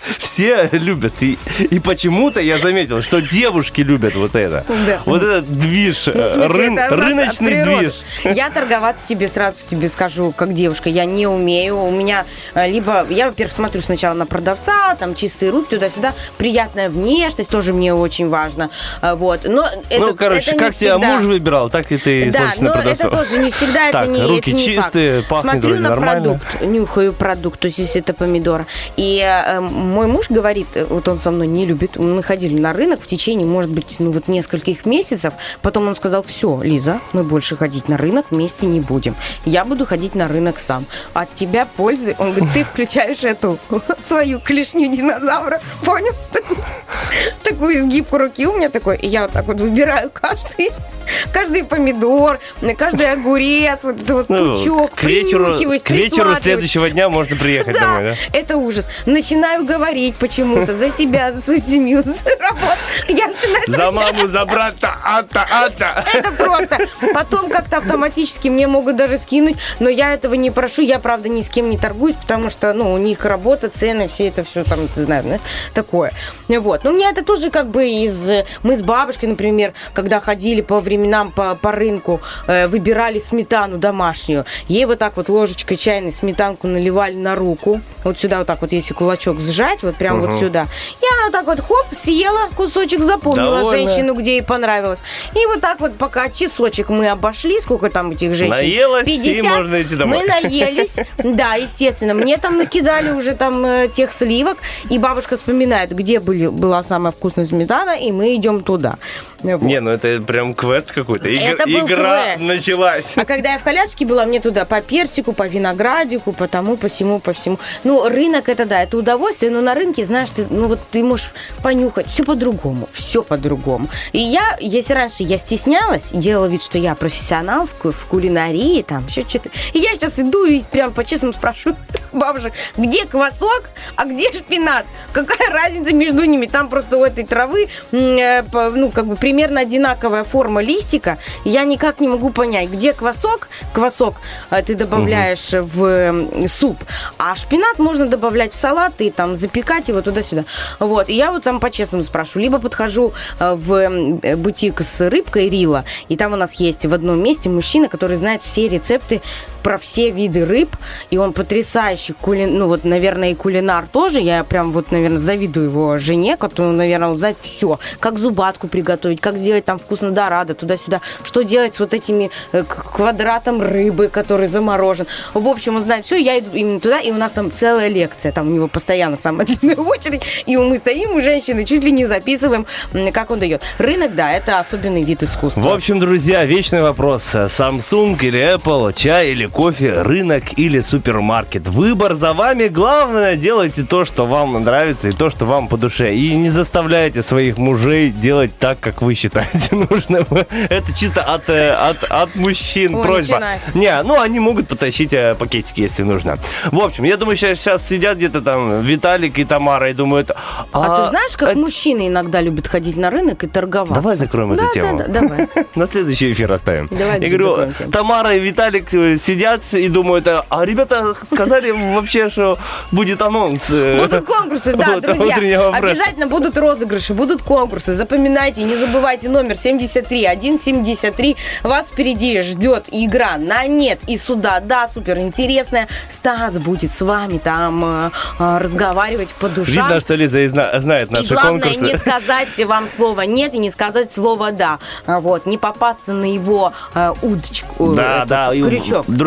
все любят. И, и почему-то я заметил, что девушки любят вот это. Да. Вот этот движ, ну, смысле, рын... рыночный движ. Я торговаться тебе сразу тебе скажу, как девушка, я не умею. У меня либо, я, во-первых, смотрю сначала на продавца, там чистые руки, туда-сюда, приятная внешность, тоже мне очень важно. Вот. Но это, ну, короче, это как тебя муж выбирал, так и ты да, смотришь на продавцов. Да, но это тоже не всегда, так, это не руки это не чистые, факт. пахнет Смотрю вроде на нормально. Продукт, нюхаю продукт, то есть если это помидор. И э, мой муж говорит, вот он со мной не любит, мы ходили на рынок в течение, может быть, ну вот нескольких месяцев, потом он сказал, все, Лиза, мы больше ходить на рынок вместе не будем. Я буду ходить на рынок сам. От тебя пользы. Он говорит, ты включаешь эту свою клешню динозавра, понял? Такую, такую изгибку руки у меня такой, и я вот так вот выбираю каждый каждый помидор, каждый огурец, вот этот вот ну, пучок, к вечеру, к вечеру следующего дня можно приехать да, домой, да? Это ужас. Начинаю говорить почему-то за себя, за свою семью, за работу. Я начинаю за маму, за брата, ата, ата. Это просто. Потом как-то автоматически мне могут даже скинуть, но я этого не прошу. Я, правда, ни с кем не торгуюсь, потому что, ну, у них работа, цены, все это все там, ты знаешь, да, такое. Вот. Но у меня это тоже как бы из... Мы с бабушкой, например, когда ходили по временам по, по рынку, э, выбирали сметану домашнюю. Ей вот так вот ложечкой чайной сметанку наливали на руку. Вот сюда вот так вот, если кулачок сжать, вот прям угу. вот сюда. И она так вот, хоп, съела кусочек, запомнила Довольно. женщину, где ей понравилось. И вот так вот, пока часочек мы обошли, сколько там этих женщин? Наелась, пятьдесят, и можно идти домой. Мы наелись, да, естественно. Мне там накидали уже там э, тех сливок, и бабушка вспоминает, где были, была самая вкусная сметана, и мы идем туда. Вот. Не, ну это прям квест какой-то. Игр, это был игра квест. началась. А когда я в коляске была, мне туда по персику, по виноградику, по тому, по всему, по всему. Ну, рынок это да, это удовольствие, но на рынке, знаешь, ты, ну вот ты можешь понюхать. Все по-другому, все по-другому. И я, если раньше я стеснялась, делала вид, что я профессионал в, в кулинарии, там, еще что-то. И я сейчас иду и прям по-честному спрашиваю бабушек, где квасок, а где шпинат? Какая разница между ними? Там просто у этой травы, ну, как бы примерно одинаковая форма листика. Я никак не могу понять, где квасок. Квасок ты добавляешь угу. в суп, а шпинат можно добавлять в салат и там запекать его туда-сюда. Вот. И я вот там по-честному спрашиваю. Либо подхожу в бутик с рыбкой Рила, и там у нас есть в одном месте мужчина, который знает все рецепты про все виды рыб, и он потрясающий кулинар, ну вот, наверное, и кулинар тоже. Я прям вот, наверное, завидую его жене, которая, наверное, он знает все. Как зубатку приготовить, как сделать там вкусно дорадо, туда-сюда, что делать с вот этими э, квадратом рыбы, который заморожен. В общем, он знает все, я иду именно туда, и у нас там целая лекция, там у него постоянно самая длинная очередь, и мы стоим, у женщины, чуть ли не записываем, как он дает. Рынок, да, это особенный вид искусства. В общем, друзья, вечный вопрос. Samsung или Apple, чай или кофе, рынок или супермаркет. Выбор за вами. Главное, делайте то, что вам нравится и то, что вам по душе. И не заставляйте своих мужей делать так, как вы считаете нужным. Это чисто от, от, от мужчин Ой, просьба. начинается. Не, ну они могут потащить пакетики, если нужно. В общем, я думаю, сейчас, сейчас сидят где-то там Виталик и Тамара и думают... А, а ты знаешь, как это... мужчины иногда любят ходить на рынок и торговаться? Давай закроем да, эту тему. Да, да, давай. На следующий эфир оставим. Давай, я говорю, Тамара и Виталик сидят и думают, а ребята сказали вообще, что будет анонс. Будут конкурсы, да, друзья. Обязательно будут розыгрыши, будут конкурсы. Запоминайте, не забывайте номер семьдесят три сто семьдесят три. Вас впереди ждет игра на нет и сюда. Да, супер интересная. Стас будет с вами там э, разговаривать по душам. Видно, что Лиза знает наши конкурсы. И главное, конкурсы. не сказать вам слово нет и не сказать слово да. Вот, не попасться на его э, удочку, да, этот, да. крючок. Друзья,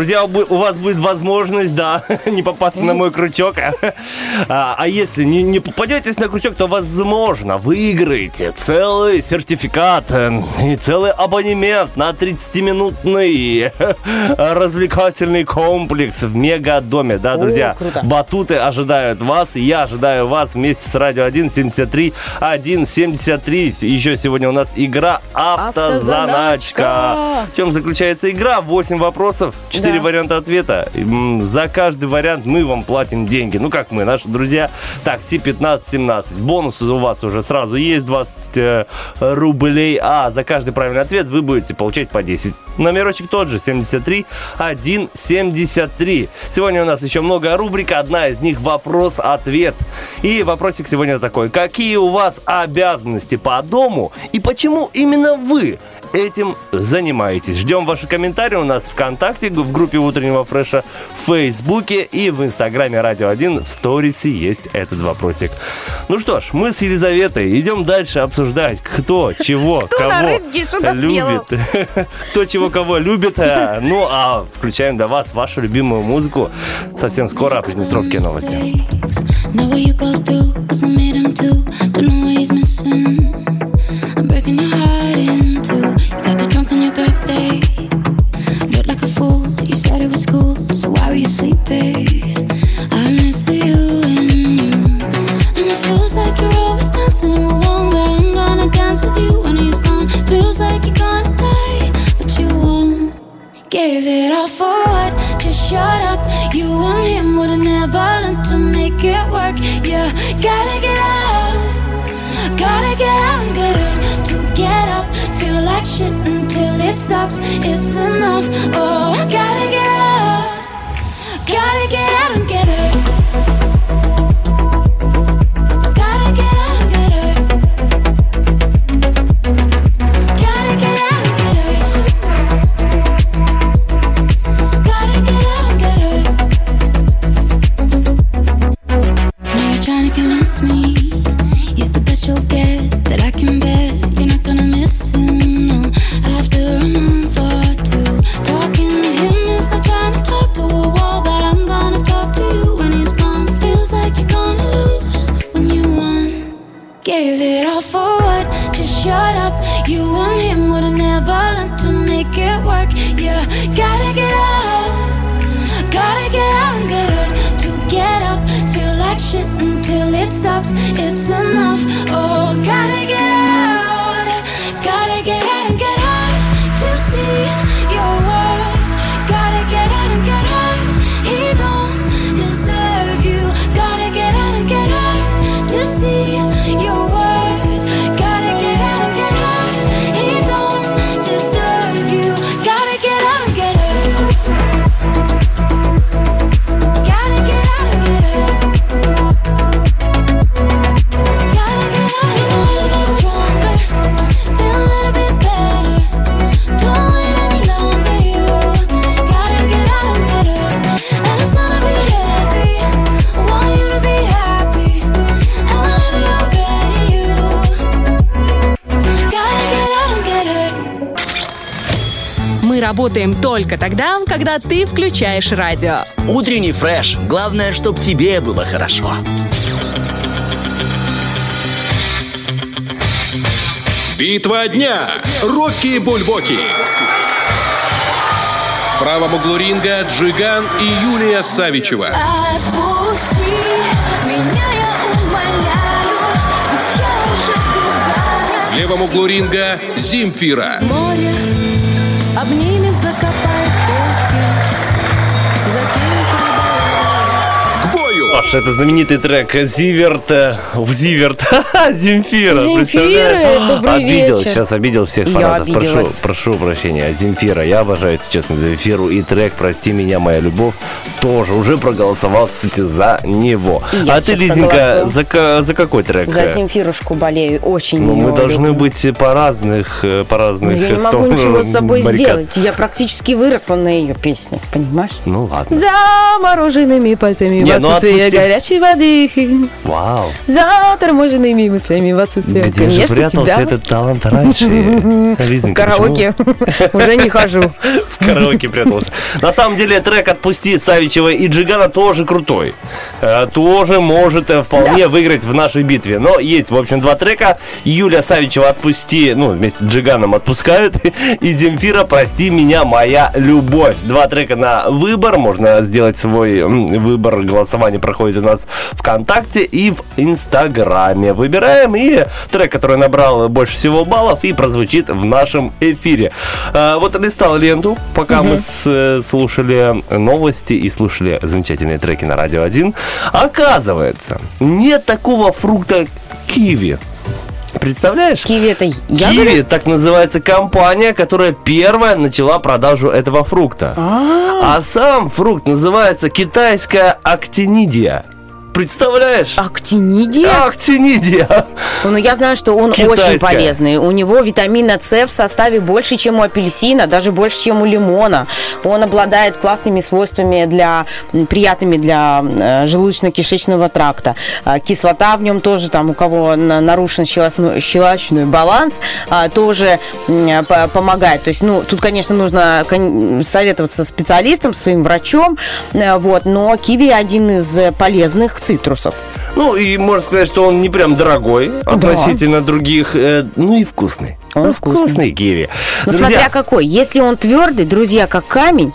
Друзья, у вас будет возможность, да, не попасть на мой крючок. А, а если не, не попадетесь на крючок, то, возможно, выиграете целый сертификат и целый абонемент на тридцатиминутный развлекательный комплекс в Мегадоме. Да, друзья, О, круто. батуты ожидают вас, и я ожидаю вас вместе с Радио один семьдесят три один семьдесят три. Еще сегодня у нас игра «Автозаначка». Автозаначка. В чем заключается игра? восемь вопросов, четыре Да. варианта ответа. М, За каждый вариант мы вам платим деньги. Ну, как мы, наши друзья. Так, Си пятнадцать семнадцать. Бонусы у вас уже сразу есть, двадцать э, рублей. А за каждый правильный ответ вы будете получать по десять. Номерочек тот же, семьдесят три один семьдесят три. Сегодня у нас еще много рубрик. Одна из них вопрос-ответ. И вопросик сегодня такой. Какие у вас обязанности по дому и почему именно вы этим занимаетесь? Ждем ваши комментарии у нас ВКонтакте, в группе Утреннего Фреша, в Фейсбуке и в Инстаграме Радио один. В сторисе есть этот вопросик. Ну что ж, мы с Елизаветой идем дальше обсуждать, кто чего Кто на кого рынке что там любит. Кто чего кого любит. Ну а включаем для вас вашу любимую музыку. Совсем скоро Приднестровские новости. Know what you go through, 'cause I made him too. Don't know what he's missing. I'm breaking your heart in two. You got too drunk on your birthday. Look like a fool. You said it was cool, so why were you sleeping? I miss you and you. And it feels like you're always dancing alone, but I'm gonna dance with you when he's gone. Feels like you're gonna die, but you won't. Gave it all for what? Just shut up. You and him would've never learned to make it work. Yeah, gotta get out. Gotta get out and get it. To get up, feel like shit until it stops. It's enough. Oh, gotta get out. Gotta get out and get it. Gotta get out and get it. Gotta get out and get it. Gotta get out and get it. Now you're trying to convince me he's the best you'll get, but I can bet you're not gonna miss him, no. After a month or two, talking to him is like trying to talk to a wall, but I'm gonna talk to you when he's gone. Feels like you're gonna lose when you won. Gave it all for what? Just shut up. You and him would've never learned to make it work. Yeah, gotta get out. Gotta get out and get it. To get up, feel like shit until it stops. It's enough. Oh, gotta get out. Gotta get out and get out to see your worth. Gotta get out and get out. He don't deserve you. Gotta get out and get out to see your worth. Gotta get out and get out. He don't deserve you. Gotta get out and get out. Gotta get out and get out. Gotta get out. Feel a little bit stronger. Feel a little bit better. Don't wait any longer. You gotta get out and get out. And it's gonna be heavy. I want you to be happy. And whenever you're ready, you gotta get out and get out. Мы работаем только тогда, когда ты включаешь радио. Утренний фреш. Главное, чтоб тебе было хорошо. Битва дня. Рокки Бульбоки. В правом углу ринга Джиган и Юлия Савичева. Отпусти меня, я умоляю, ведь я уже другая. В левом углу ринга Земфира. Море обнимет, закопает в песке, закинет К бою. Паш, это знаменитый трек Зиверт, э, в Зиверт, Земфира. Земфира, представляешь? добрый Обидел, вечер. сейчас обидел всех Я фанатов. Прошу, обиделась. прошу прощения. Земфира, я обожаю, если честно, Земфиру. И трек «Прости меня, моя любовь» тоже уже проголосовал, кстати, за него. И я А ты, сейчас Лизенька, проголосую. за, ка- за какой трек? За Земфирушку болею, очень Ну, мы её должны люблю. быть по разных, э, по Но разных я не могу сторонам ничего с собой баррикад. сделать. Я практически выросла на ее песнях, понимаешь? Ну ладно. Замороженными пальцами в Не, ну отсутствие для горячей воды. Вау. Заторможенными мыслями в отсутствие. Где Конечно, же прятался тебя. этот талант раньше? В Лизонька, караоке уже не хожу. В караоке прятался. На самом деле трек «Отпусти» Савичева и Джигана тоже крутой. Э, Тоже может э, вполне выиграть в нашей битве. Но есть, в общем, два трека. Юля Савичева «Отпусти», ну, вместе с Джиганом «Отпускают». И Земфира «Прости меня, моя любовь». Два трека на выбор. Можно сделать свой м, выбор. Голосование проходит у нас ВКонтакте и в Инстаграме. Выбираем, и трек, который набрал больше всего баллов, и прозвучит в нашем эфире. Э, Вот листал ленту, пока мы с- э, слушали новости и слушали замечательные треки на Радио один. Оказывается, нет такого фрукта киви. Представляешь? Киви это ягода? Киви, так называется компания, которая первая начала продажу этого фрукта. А сам фрукт называется китайская актинидия. Представляешь? Актинидия? Актинидия. Ну, я знаю, что он Китайская. очень полезный. У него витамина С в составе больше, чем у апельсина, даже больше, чем у лимона. Он обладает классными свойствами, для, м, приятными для э, желудочно-кишечного тракта. А, кислота в нем тоже, там, у кого на- нарушен щелочной, щелочной баланс, а, тоже м, по- помогает. То есть, ну, тут, конечно, нужно кон- советоваться с специалистом, с своим врачом, э, вот, но киви один из э, полезных цитрусов. Ну, и можно сказать, что он не прям дорогой относительно других, э, ну и вкусный. Он Ну, вкусный. вкусный киви. Ну, Друзья, смотря какой. Если он твердый, друзья, как камень,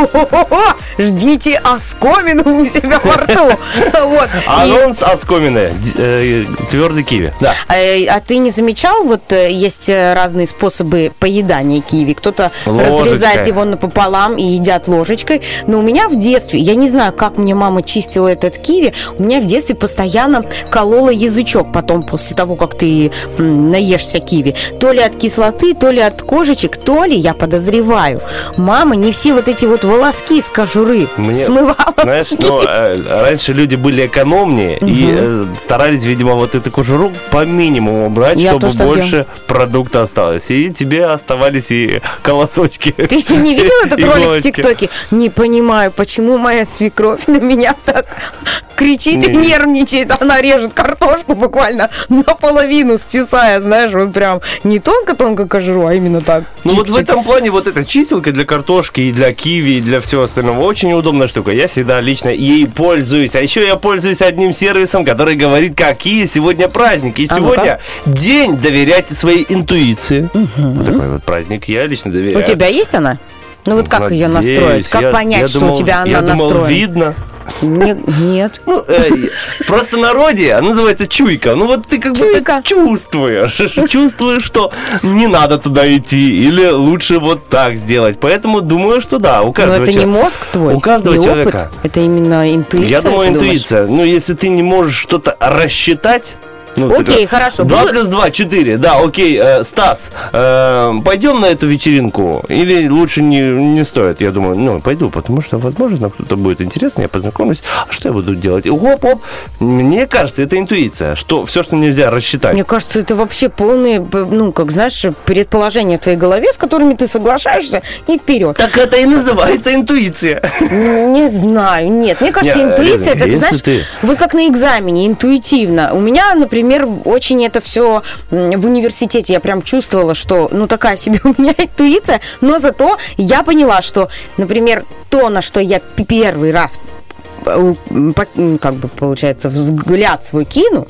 ждите оскомину у себя во рту. Вот. И, анонс оскомины. Д- э, Твердый киви. Да. э, А ты не замечал, вот э, есть э, разные способы поедания киви. Кто-то Ложечкой. разрезает его напополам и едят ложечкой. Но у меня в детстве, я не знаю, как мне мама чистила этот киви, у меня в детстве постоянно колола язычок потом, после того, как ты м, наешься киви. То ли от кислоты, то ли от кожечек, то ли, я подозреваю, мама не все вот эти вот волоски с кожуры Мне, смывала. знаешь, что э, раньше люди были экономнее и э, старались, видимо, вот эту кожуру по минимуму брать, Я чтобы тоже так больше делала. продукта осталось. И тебе оставались и колосочки. Ты не видел этот ролик в иголочки. ТикТоке? Не понимаю, почему моя свекровь на меня так кричит и Не-не. нервничает. Она режет картошку буквально наполовину, стесая, знаешь, вот прям не тонко-тонко кожуру, а именно так. Ну вот в Чик-чик. этом плане вот эта чиселка для картошки и для киви и для всего остального очень удобная штука. Я всегда лично ей пользуюсь. А еще я пользуюсь одним сервисом, который говорит, какие сегодня праздники. И А сегодня день доверять своей интуиции. Вот такой вот праздник. Я лично доверяю. У тебя есть она? Ну вот как ее Надеюсь. настроить? Как Я- понять, я что думал- у тебя она Я думал, настроена? видно. Не- нет. Ну, э, просто в народе она называется чуйка. Ну вот ты как Чуйка. будто чувствуешь. Чувствуешь, что не надо туда идти. Или лучше вот так сделать. Поэтому думаю, что да, у Но каждого это не человека. мозг твой, У каждого не человека. опыт. Это именно интуиция. Я думаю, ты думаешь? интуиция. Ну, если ты не можешь что-то рассчитать. Ну, Окей, такое, хорошо. Два Буду- плюс два, четыре. Да, окей. Э, Стас, э, пойдем на эту вечеринку? Или лучше не, не стоит? Я думаю, ну, пойду, потому что, возможно, кто-то будет интересно, я познакомлюсь. А что я буду делать? Оп-оп. Мне кажется, это интуиция, что все, что нельзя рассчитать. Мне кажется, это вообще полные, ну, как знаешь, предположения в твоей голове, с которыми ты соглашаешься, и вперед. Так это и называется интуиция. Не знаю, нет. Мне кажется, Не, интуиция, Лиза, это, если знаешь, ты- вы как на экзамене, интуитивно. У меня, например, очень это все в университете, я прям чувствовала, что, ну, такая себе у меня интуиция, но зато я поняла, что, например, то, на что я п- первый раз, э, по- как бы, получается, взгляд свой кину,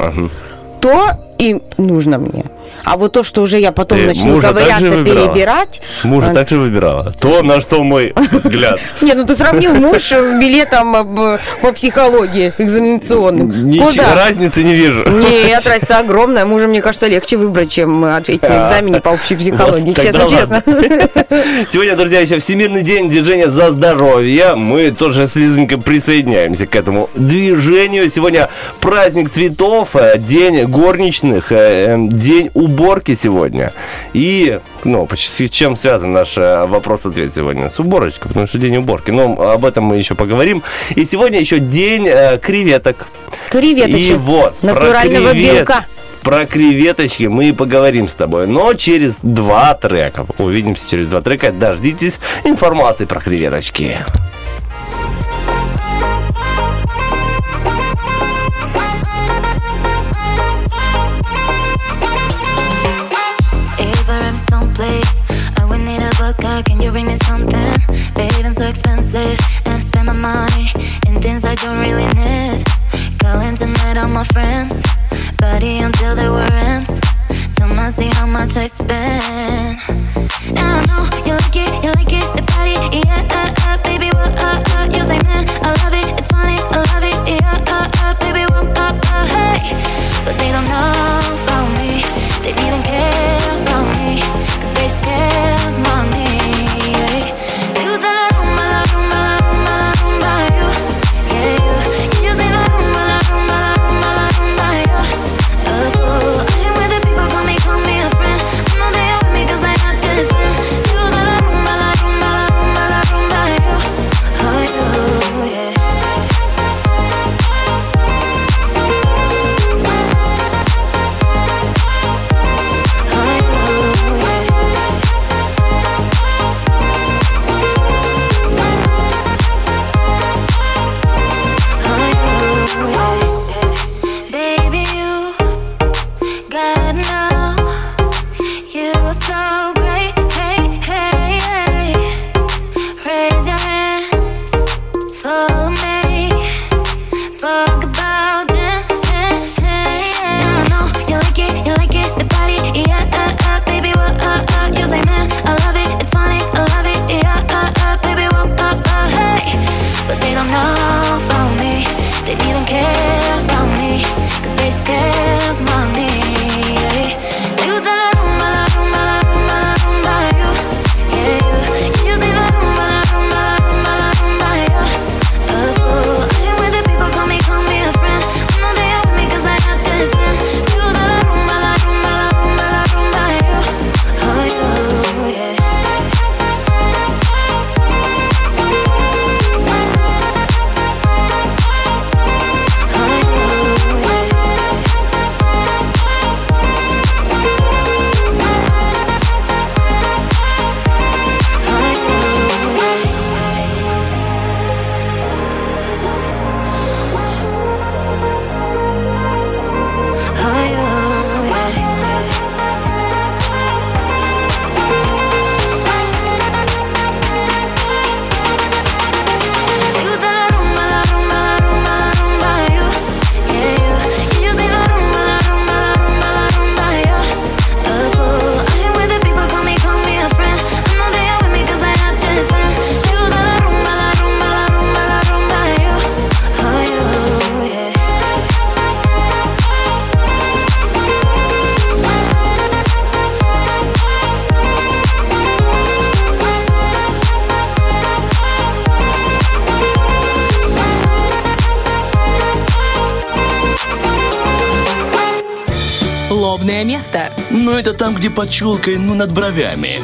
то и нужно мне. А вот то, что уже я потом Ты начну мужа также ковыряться, выбирала? перебирать... Мужа а, так же выбирала. То, на что мой взгляд. Не, ну ты сравнил муж с билетом об- по психологии экзаменационным. Ничего, Куда? разницы не вижу. Нет, разница огромная. Мужа, мне кажется, легче выбрать, чем ответить на экзамене по общей психологии. Вот, тогда Честно, честно. ладно. Сегодня, друзья, еще Всемирный день движения за здоровье. Мы тоже с Лизонькой присоединяемся к этому движению. Сегодня праздник цветов, э, день горничных, э, э, день уборки сегодня. И, ну, поч- с чем связан наш э, вопрос-ответ сегодня? С уборочкой, потому что день уборки. Но об этом мы еще поговорим. И сегодня еще день э, креветок. И Креветочек. вот, про Натурального кревет- белка. Про креветочки мы и поговорим с тобой. Но через два трека. Увидимся через два трека. Дождитесь информации про креветочки. spend my money in things I don't really need. Calling tonight all my friends, party until the war ends. Tell me see how much I spend. And I know you like it, you like it, the party, yeah, uh, uh, baby, what, uh, uh, you say, man, I love it, it's funny, I love it, yeah, uh, uh, baby, what, uh, uh, hey. But they don't know about me, they didn't care about me, cause they scared of money, yeah. They go to la rumba, la rumba, la rumba, la rumba, you, yeah, you. And you say la rumba, la rumba, la rumba, la rumba, you. A fool, I hang with the people, call me, call me a friend. I know they are with me cause I have this friend. They go to la rumba, la rumba, la rumba, la rumba, you, oh, you, yeah. Baby, you gotta know you're so great. Hey, hey, hey. Raise your hands, follow me. Fuck about them. Hey, hey, hey. I know you like it, you like it, the body, yeah, uh, uh, baby, what, uh, uh, you say, man, I love it, it's funny, I love it, yeah, uh, uh, baby, what, uh, uh, hey. But they don't know about me, they didn't care about me, cause they scared of money, yeah. They go to la rumba, la rumba, la rumba, la rumba, you, yeah, you. And you say la rumba, la rumba, la rumba, la rumba, yeah. A fool, I hang with the people, call me, call me a friend. I know they are with me cause I have this friend. They go to la rumba, la rumba, la rumba, la rumba, you, oh, you, yeah. Лобное место. Ну, это там, где под челкой, ну, над бровями.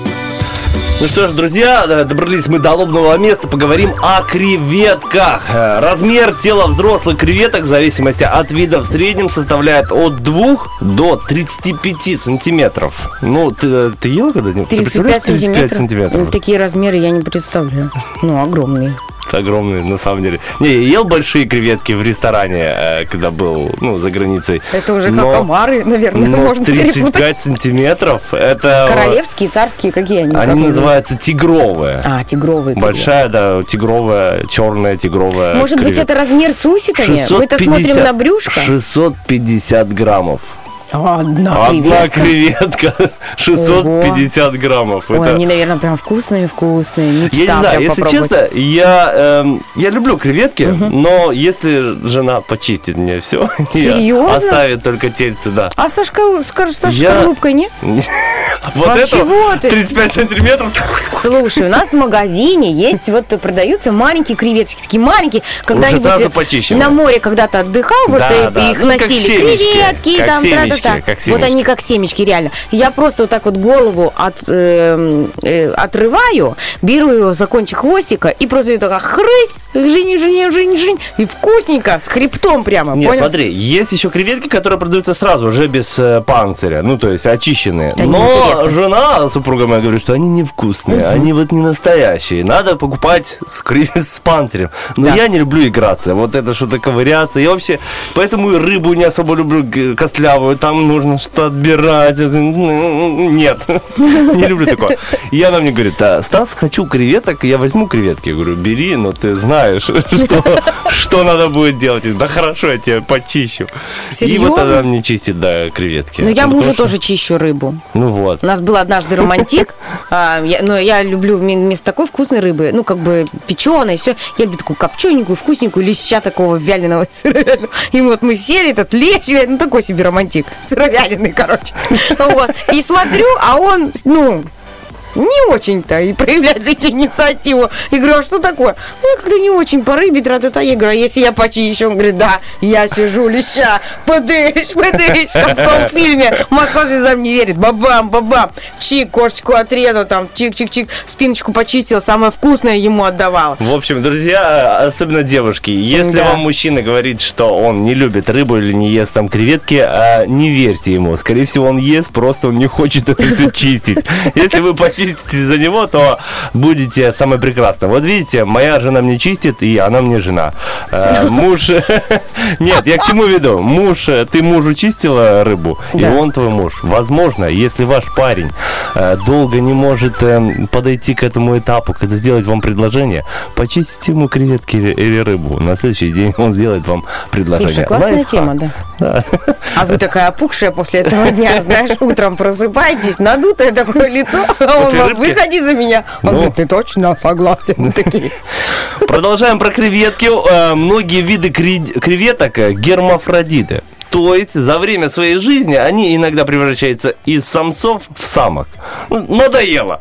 Ну что ж, друзья, добрались мы до лобного места, поговорим о креветках. Размер тела взрослых креветок в зависимости от вида в среднем составляет от двух до тридцати пяти сантиметров. Ну, ты, ты ела когда-нибудь? тридцать пять сантиметров? сантиметров? Ну, такие размеры я не представляю. Ну, огромные. Огромные, на самом деле. Не, я ел большие креветки в ресторане, когда был, ну, за границей. Это уже но, как омары, наверное, но можно тридцать пять перепутать. сантиметров, это... Королевские, царские, какие они? Они как называются тигровые. А, тигровые. Большая, да, тигровая, черная тигровая. Может креветка. быть, это размер с усиками? Мы-то смотрим на брюшко. шестьсот пятьдесят граммов. Одна креветка. Одна креветка. шестьсот пятьдесят граммов. Ой, это... они, наверное, прям вкусные-вкусные. Мечта. Я не знаю, прям если попробовать. честно, я, эм, я люблю креветки, угу. но если жена почистит мне все, серьезно? Оставит только тельце, да. А со, шкар... со Я- шкарлупкой не? Вот А это чего ты? тридцать пять сантиметров. Слушай, у нас в магазине есть, вот продаются маленькие креветочки, такие маленькие. Уже Когда-нибудь сразу почищенные. на море когда-то отдыхал, вот Да, и, да. их Ну, как носили. семечки, Креветки, как там, семечки, тра-та-та. как Вот семечки. они как семечки, реально. Я просто вот так вот голову от, э, э, отрываю, беру ее за кончик хвостика и просто ее такая хрысь, жень, жень, жень, жень, и вкусненько, с хребтом прямо, Нет, понял? смотри, есть еще креветки, которые продаются сразу, уже без э, панциря, ну, то есть очищенные. Да Но неинтересно. жена, супруга моя, говорит, что они невкусные, они вот не настоящие. Надо покупать с, кре- с панцирем. Но Да. я не люблю играться, вот это что-то ковыряться. Я вообще, поэтому и рыбу не особо люблю г- костлявую. Там там нужно что отбирать. Нет, не люблю такое. И она мне говорит: а, Стас, хочу креветок, я возьму креветки. Я говорю: бери, но ты знаешь, что, что надо будет делать. Да хорошо, я тебя почищу. Серьезно? И вот она мне чистит, да, креветки. Ну, я Ну, мужу потому что- тоже чищу рыбу. Ну вот. У нас был однажды романтик, а, я- но я люблю вме- вместо такой вкусной рыбы, ну, как бы печеной, все, я люблю такую копчененькую, вкусненькую, леща такого вяленого сыровяленого. И вот мы сели, этот лещ, ну, такой себе романтик, сыровяленый, короче. Вот. И смотрю, а он, ну... не очень-то и проявляет эти инициативу. И говорю: а что такое? Ну, я как-то не очень по рыбе, тра-та-та. Я говорю: а если я почищу? Он говорит: да, я сижу, леща, подышь, подышь, как в том фильме. Москва слезам не верит. Бабам, бабам. Чик, кошечку отрезал, там, чик-чик-чик, спиночку почистил, самое вкусное ему отдавал. В общем, друзья, особенно девушки, если Да. вам мужчина говорит, что он не любит рыбу или не ест там креветки, а, не верьте ему. Скорее всего, он ест, просто он не хочет это все чистить. Если вы почистите за него, то будете самое прекрасное. Вот видите, моя жена мне чистит, и она мне жена. Э, Муж... Нет, я к чему веду? Муж, ты мужу чистила рыбу, и Да. он твой муж. Возможно, если ваш парень э, долго не может э, подойти к этому этапу, когда сделать вам предложение, почистите ему креветки или, или рыбу. На следующий день он сделает вам предложение. Слушай, классная Лайфхак. тема, да. Да. А вы такая опухшая после этого дня, знаешь, утром просыпаетесь, надутое такое лицо, а он После вам: рыбки? выходи за меня. Он Ну. говорит: ты точно согласен? Мы такие. Продолжаем про креветки. Э, Многие виды кре- креветок э, гермафродиты. То есть за время своей жизни они иногда превращаются из самцов в самок. Ну, надоело.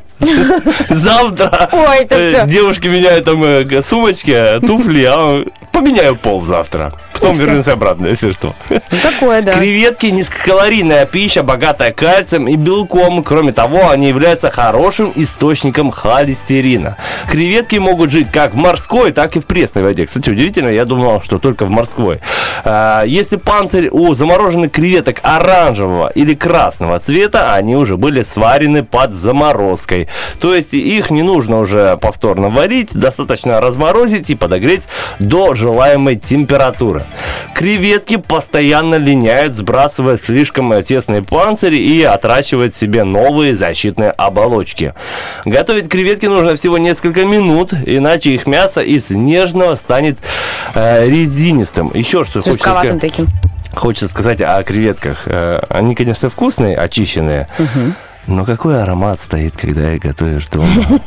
Завтра Ой, это э, всё. девушки меняют там э, г- сумочки, туфли, а поменяю пол завтра. Потом всё. вернусь обратно, если что. Ну, такое, да. Креветки – низкокалорийная пища, богатая кальцием и белком. Кроме того, они являются хорошим источником холестерина. Креветки могут жить как в морской, так и в пресной воде. Кстати, удивительно, я думал, что только в морской. А, Если панцирь у замороженных креветок оранжевого или красного цвета, они уже были сварены под заморозкой. То есть их не нужно уже повторно варить, достаточно разморозить и подогреть до желаемой температуры. Креветки постоянно линяют, сбрасывая слишком тесные панцири и отращивают себе новые защитные оболочки. Готовить креветки нужно всего несколько минут, иначе их мясо из нежного станет э, резинистым. Еще что хочется Жестковатым сказать. таким. Хочется сказать о креветках. Э, Они, конечно, вкусные, очищенные. Но какой аромат стоит, когда их готовишь дома?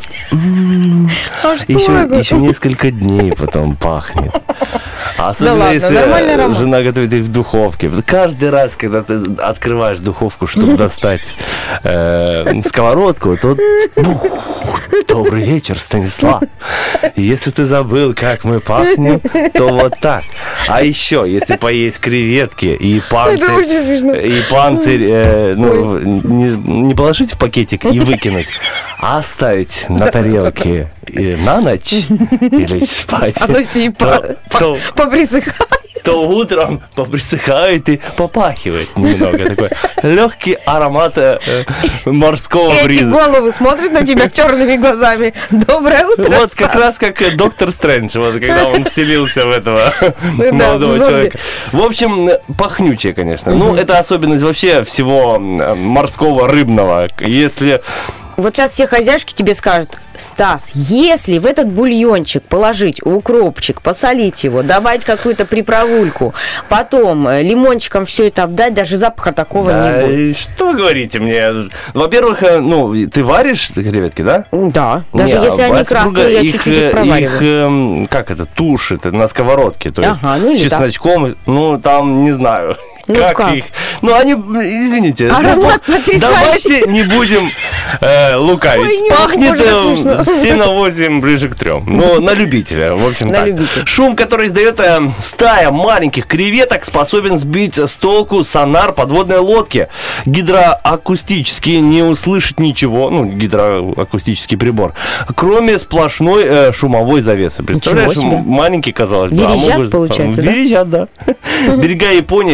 А что Еще, это? еще несколько дней потом пахнет. А Особенно ладно, если нормальный э, аромат. жена готовит их в духовке. Каждый раз, когда ты открываешь духовку, чтобы достать э, сковородку, то бух, добрый вечер, Станислав. И если ты забыл, как мы пахнем, то вот так. А еще, если поесть креветки и панцирь, очень смешно. и панцирь э, ну, не, не положить в пакетик и выкинуть, а оставить на тарелке и на ночь или спать, А ночью и то- по- то- по- поприсыхает. то утром поприсыхает и попахивает немного. Такой легкий аромат э, морского Эти бриза. головы смотрят на тебя черными глазами. Доброе утро, Вот как Стас. раз как э, доктор Стрэндж, вот когда он вселился в этого да, молодого в зомби. человека. В общем, э, пахнючее, конечно. Ну, это особенность вообще всего э, морского рыбного. Если Вот сейчас все хозяюшки тебе скажут: Стас, если в этот бульончик положить укропчик, посолить его, добавить какую-то приправульку, потом э, лимончиком все это обдать, даже запаха такого Да, не будет. и что вы говорите мне? Во-первых, э, ну, ты варишь креветки, да? Да, даже Не, если а они моя красные, супруга я их, чуть-чуть э, их провариваю. Их, эм, как это, тушит на сковородке, то есть Ага, ну с или так. чесночком, ну, там, не знаю, Ну как, как? их. Ну, они, извините, Аромат ну, потрясающий. давайте не будем э, лукавить. Ой, не могу, Пахнет боже, как э, смешно. все на восемь, ближе к трем. Ну, на любителя, в общем На так. любителя. Шум, который издает э, стая маленьких креветок, способен сбить с толку сонар подводной лодки. Гидроакустически не услышать ничего, ну, гидроакустический прибор, кроме сплошной э, шумовой завесы. Представляешь, себе. м- маленький, казалось бы. а Верещат, могут- получается, да? Верещат, да. Берега Японии в теплое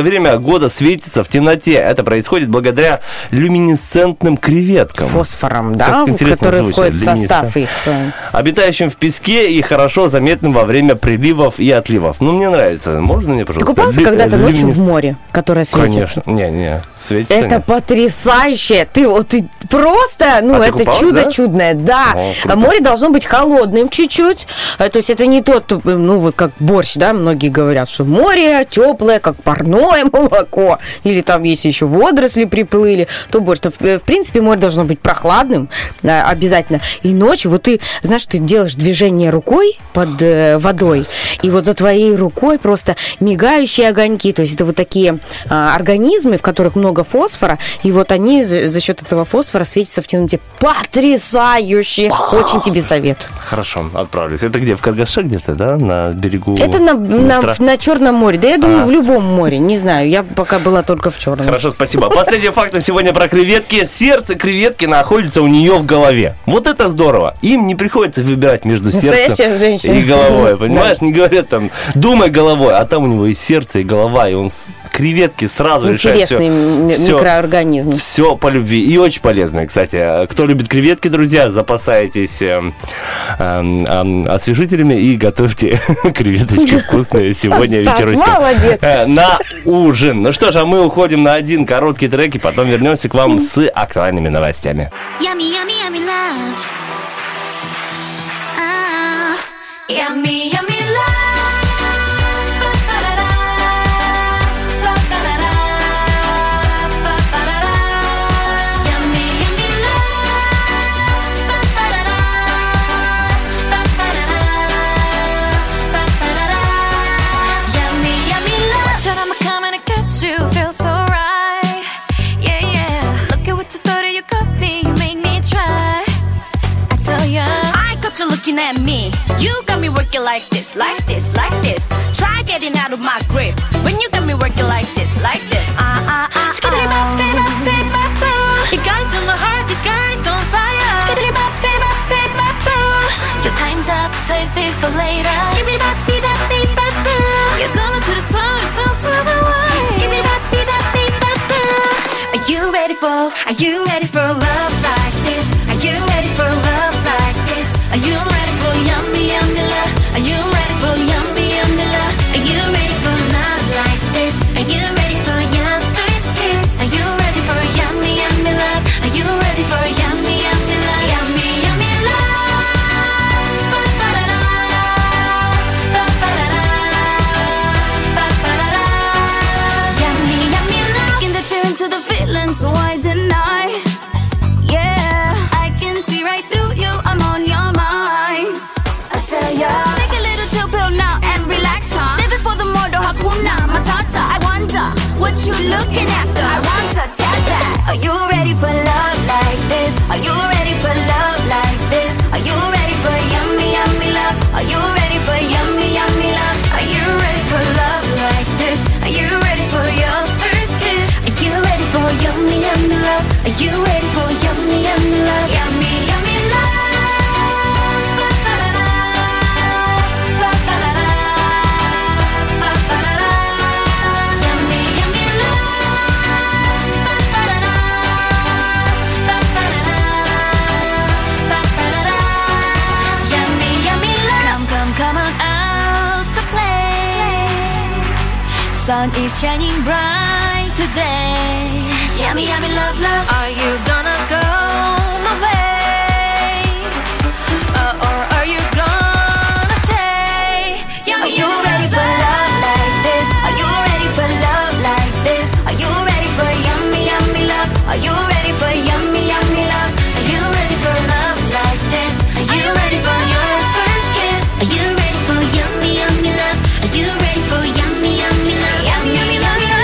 время года светится в темноте. Это происходит благодаря люминесцентным креветкам. Фосфором, да, которые входят в состав их. Обитающим в песке и хорошо заметным во время приливов и отливов. Ну, мне нравится. Можно мне, пожалуйста? Ты купался Лю- когда-то люминес... ночью в море, которое светится? Конечно. Не, не, светится. Это нет. потрясающе. Ты вот ты просто, ну, А ты это купалась, чудо да? чудное. Да. О, круто. Море должно быть холодным чуть-чуть. Э, То есть это не тот, ну, вот как борщ, да, многие говорят, что море теплое, как парное молоко. Или там, если еще водоросли приплыли, то борщ. То, в, в принципе, море должно быть прохладным э, обязательно. И ночью, вот ты, знаешь, ты делаешь движение рукой под э, водой, и вот за твоей рукой просто мигающие огоньки. То есть это вот такие э, организмы, в которых много фосфора, и вот они за, за счет этого фосфора светятся в темноте. Потрясающе! Очень тебе советую. Хорошо, отправлюсь. Это где? В Каргаше где-то, да? На берегу Это на, на, Днестра? на Черном море. Да я думаю, А. в любом море. Не знаю, я пока была только в Черном. Хорошо, спасибо. Последний факт на сегодня про креветки. Сердце креветки находится у нее в голове. Вот это здорово. Им не приходится выбирать между Настоящая сердцем женщина. и головой. Понимаешь, не говорят там, думай головой, а там у него и сердце, и голова, и он с креветки сразу решает Интересный м- все. микроорганизм. Все по любви. И очень полезные, кстати. Кто любит креветки, друзья, запасайтесь эм, эм, эм, освежителями и готовьте креветочки вкусные сегодня Стас, вечерочком. молодец. Э, На ужин. Ну что ж, а мы уходим на один короткий трек, и потом вернемся к вам с актуальными новостями. Yummy, yummy, yummy love. Ah, yummy, yummy love. Ba-ba-da-da, ba-ba-da-da, ba-ba-da-da. Yummy, yummy love. Ba-ba-da-da, ba-ba-da-da, ba-ba-da-da. Yummy, yummy love. 어쩌면 I'm coming to get you, feel so right. Yeah, yeah. Look at what you started, you got me, you make me try. I tell ya, I got you looking at me. You got me working like this, like this, like this. Try getting out of my grip when you got me working like this, like this. Ah ah ah. Skibbity bop, bop, bop, bop, bop. You got into my heart, this girl is on fire. Skibbity bop, bop, bop, bop, bop. Your time's up, save it for later. Skibbity bop, bop, bop, bop, bop. You're gonna to the sun, it's down to the right. Skibbity bop, bop, bop, bop, bop. Are you ready for? Are you ready for love like this? Are you ready for love like this? Are you ready for yummy, yummy love? Are you ready for yummy, yummy love? Are you ready for love like this? Are you ready for your first kiss? Are you ready for yummy, yummy love? Are you ready for yummy, yummy love? Yummy, yummy love. Ba-ba-da-da, ba-ba-da-da, ba-ba-da-da. Yummy, yummy love. Taking the tune to the feeling, so why deny? Yeah, I can see right through you, I'm on your mind. I tell ya, take a little chill pill now and relax, huh? Living for the murder, hakuna matata. I wonder what you looking after. I want to tell that. Are you ready for love like this? Are you ready for love like this? Are you ready for yummy, yummy love? Are you ready for yummy, yummy love? Are you ready for love like this? Are you ready for your first kiss? Are you ready for yummy, yummy love? Are you ready for yummy, yummy love? Yummy, yummy love. Ba-ba-da-da, ba-ba-da-da, ba-ba-da-da. Yummy, yummy love. Ba-ba-da-da, ba-ba-da-da, ba-ba-da-da. Yummy, yummy love. Come, come, come on out to play. Sun is shining bright today. Yummy, yummy love, love. Are you gonna go my way? Uh, or are you gonna stay? Yummy, are you ready for love like this? Are you ready for love like this? Are you ready for yummy, yummy love? Are you ready for yummy, yummy love? Are you ready for love like this? Are you ready for your first kiss? Are you ready for yummy, yummy love? Are you ready for yummy, yummy love? Yummy, yummy love, love.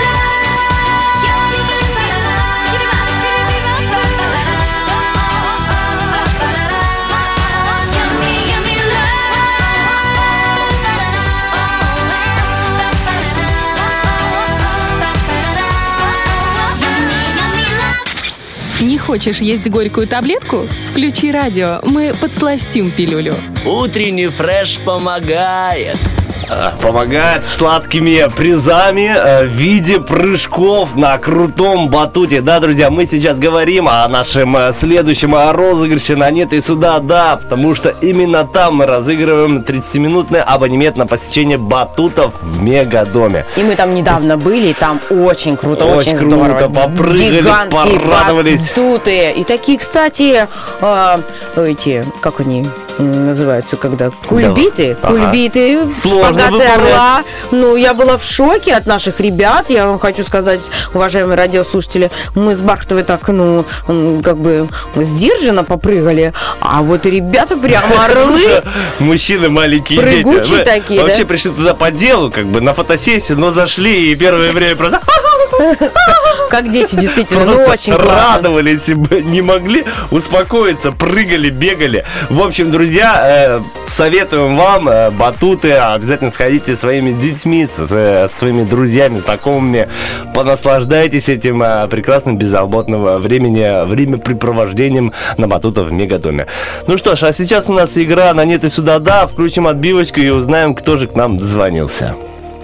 Не хочешь есть горькую таблетку? Включи радио, мы подсластим пилюлю. Утренний фреш помогает. Помогает сладкими призами э, в виде прыжков на крутом батуте. Да, друзья, мы сейчас говорим о нашем э, следующем э, розыгрыше на «Нет и сюда», да, потому что именно там мы разыгрываем тридцатиминутный абонемент на посещение батутов в Мегадоме. И мы там недавно были, и там очень круто, очень, очень круто, здорово. попрыгали, Гигантские порадовались. батуты. И такие, кстати, э, эти, как они называются, когда кульбиты, Да. кульбиты, Ага. Сложно шпагаты выполнять. орла. Ну, я была в шоке от наших ребят. Я вам хочу сказать, уважаемые радиослушатели, мы с Бархатовой так, ну, м, как бы сдержанно попрыгали, а вот и ребята прямо орлы. Мужчины, маленькие Прыгучие дети. Мы такие, да? вообще пришли туда по делу, как бы на фотосессию, но зашли и первое время просто Как дети, действительно, ну, просто очень классно. радовались, и не могли успокоиться, прыгали, бегали. В общем, друзья, э, советуем вам э, батуты, обязательно сходите со своими детьми, со, со своими друзьями, знакомыми, понаслаждайтесь этим э, прекрасным беззаботного времени, времяпрепровождением на батутах в Мегадоме. Ну что ж, а сейчас у нас игра на «Нет и сюда, да». Включим отбивочку и узнаем, кто же к нам дозвонился.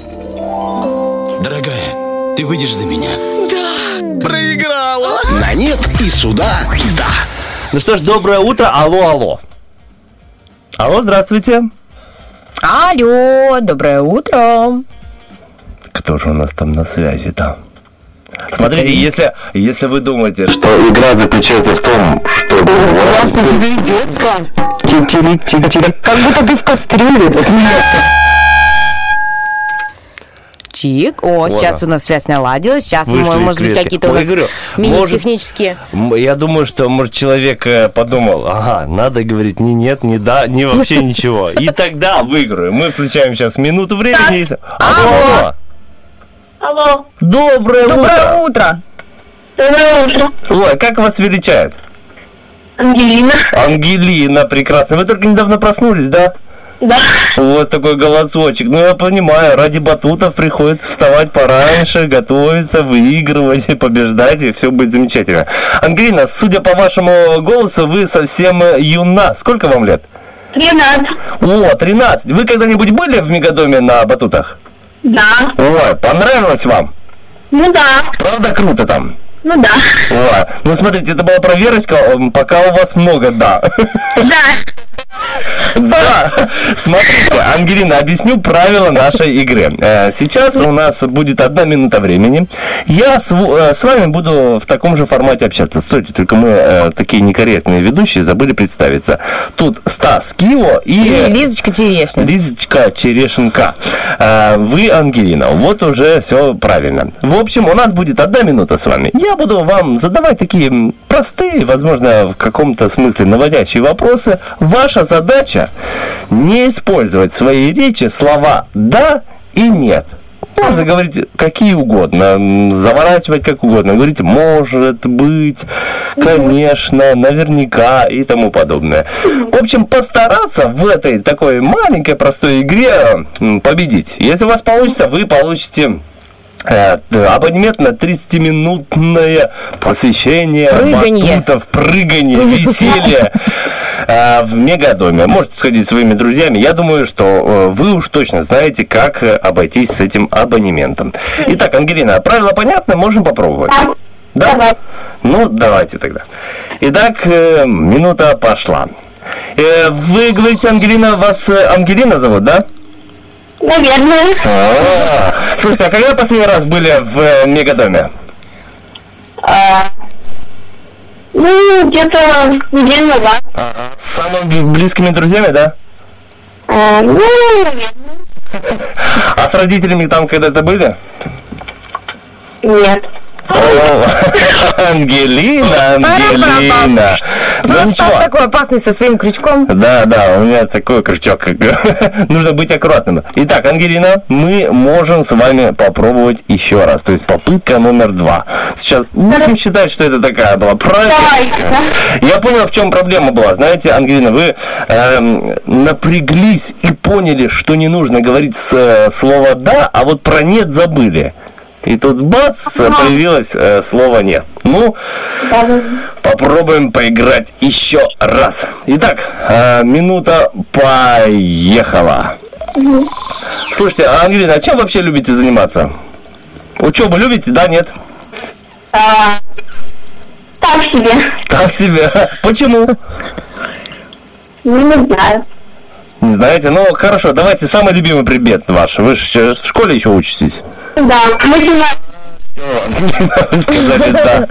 Дорогая, ты выйдешь за меня? Да. Проиграла. На «Нет и сюда, да». Ну что ж, доброе утро. Алло, алло. Алло, здравствуйте. Алло, доброе утро. Кто же у нас там на связи-то? Смотрите, если, если вы думаете, что игра заключается в том, что... Классно тебе идет, Слав. Тик-тирик, тик-тирик. Как будто ты в кастрюле. Чик. О, Вот. сейчас у нас связь наладилась. Сейчас, Вышли из может быть, клетки. какие-то у Ой, нас говорю, мини-технические. М, Я думаю, что, может, человек э, подумал, ага, надо говорить ни нет, ни да, ни вообще ничего. И тогда выиграю. Мы включаем сейчас минуту времени. и- Алло, алло. Алло. Доброе, Доброе утро. утро. Доброе утро. Ой, как вас величают? Ангелина. Ангелина, прекрасно. Вы только недавно проснулись, да? Да. У вас такой голосочек. Ну, я понимаю, ради батутов приходится вставать пораньше, готовиться, выигрывать и побеждать, и все будет замечательно. Ангелина, судя по вашему голосу, вы совсем юна. Сколько вам лет? Тринадцать. О, тринадцать. Вы когда-нибудь были в Мегадоме на батутах? Да. Ой, понравилось вам? Ну да. Правда круто там? Ну да. Ой, ну смотрите, это была проверочка, м, пока у вас много «да». Да. Да, смотрите, Ангелина, объясню правила нашей игры. Э, Сейчас у нас будет одна минута времени. Я с, в- э, с вами буду в таком же формате общаться. Стойте, только мы э, такие некорректные ведущие забыли представиться. Тут Стас Кио и... И Лизочка Терешня. Лизочка Черешенка. Э, Вы, Ангелина. Вот уже все правильно. В общем, у нас будет одна минута с вами. Я буду вам задавать такие м, простые, возможно, в каком-то смысле наводящие вопросы. Ваша задача не использовать в своей речи слова «да» и «нет». Можно говорить какие угодно, м, заворачивать как угодно. Говорить «может быть», «конечно», «наверняка» и тому подобное. В общем, постараться в этой такой маленькой простой игре м, победить. Если у вас получится, вы получите э, абонемент на тридцатиминутное посещение Прыганье. батутов, прыганье, веселье э, в Мегадоме. Можете сходить со своими друзьями. Я думаю, что э, вы уж точно знаете, как э, обойтись с этим абонементом. Итак, Ангелина, правила понятны? Можем попробовать? Да? Ну, давайте тогда. Итак, э, минута пошла. Э, вы говорите, Ангелина, вас э, Ангелина зовут, да? Наверное. А, слушайте, а когда последний раз были в э, Мегадоме? А, ну, где-то неделю назад. С самыми близкими друзьями, да? А, ну, наверное. А с родителями там когда-то были? Нет. О, Ангелина, Ангелина. Ну Стас ничего. такой опасный со своим крючком. Да, да, у меня такой крючок. Нужно быть аккуратным. Итак, Ангелина, мы можем с вами попробовать еще раз. То есть попытка номер два. Сейчас будем считать, что это такая была проверка. Я понял, в чем проблема была. Знаете, Ангелина, вы эм, напряглись и поняли, что не нужно говорить с, слова «да», а вот про «нет» забыли. и тут бац, появилось э, слово «нет». Ну, попробуем поиграть еще раз. Итак, э, минута поехала. Слушайте, Ангелина, а чем вообще любите заниматься? Учебу любите, да, нет? А, так себе. Так себе. Почему? Ну, не знаю. Не знаете? Ну, хорошо, давайте самый любимый предмет ваш. Вы же в школе еще учитесь? Да, математика. Не надо сказать «да».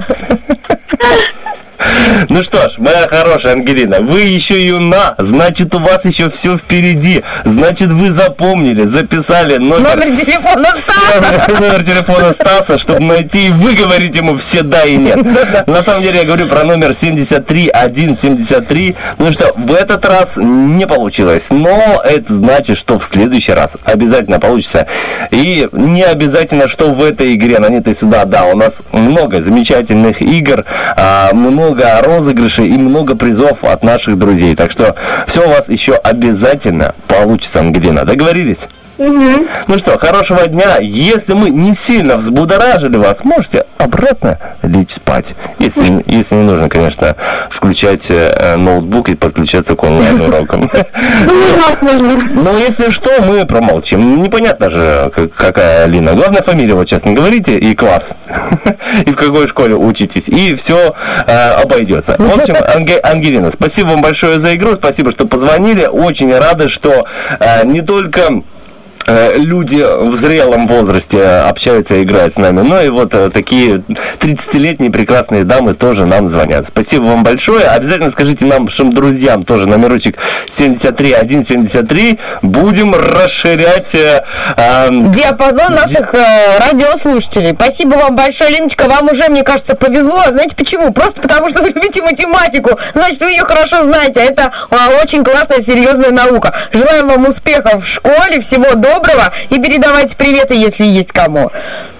Ну что ж, моя хорошая Ангелина, вы еще юна, значит, у вас еще все впереди. Значит, вы запомнили, записали номер... Номер телефона Стаса. Номер телефона Стаса, чтобы найти и выговорить ему все «да» и «нет». На самом деле, я говорю про номер семьдесят три сто семьдесят три. Ну что, в этот раз не получилось, но это значит, что в следующий раз обязательно получится. И не обязательно, что в этой игре на «нет» и сюда «да». У нас много замечательных игр, много много розыгрышей и много призов от наших друзей. Так что все у вас еще обязательно получится, Ангелина. Договорились? Угу. Ну что, хорошего дня. Если мы не сильно взбудоражили вас, можете обратно лечь спать. Если, если не нужно, конечно, включать э, ноутбук и подключаться к онлайн-урокам. Но если что, мы промолчим. Непонятно же, какая Алина. Главное, фамилию вот сейчас не говорите и класс. И в какой школе учитесь. И все э, обойдется. В общем, Анге, Ангелина, спасибо вам большое за игру. Спасибо, что позвонили. Очень рады, что э, не только... люди в зрелом возрасте общаются и играют с нами. Ну и вот такие тридцатилетние прекрасные дамы тоже нам звонят. Спасибо вам большое. Обязательно скажите нашим друзьям тоже номерочек семьдесят три сто семьдесят три. Будем расширять э, диапазон наших э, радиослушателей. Спасибо вам большое, Леночка. Вам уже, мне кажется, повезло. Знаете почему? Просто потому, что вы любите математику. Значит, вы ее хорошо знаете. А это а, очень классная, серьезная наука. Желаем вам успехов в школе. Всего доброго. Доброго. И передавайте приветы, если есть кому.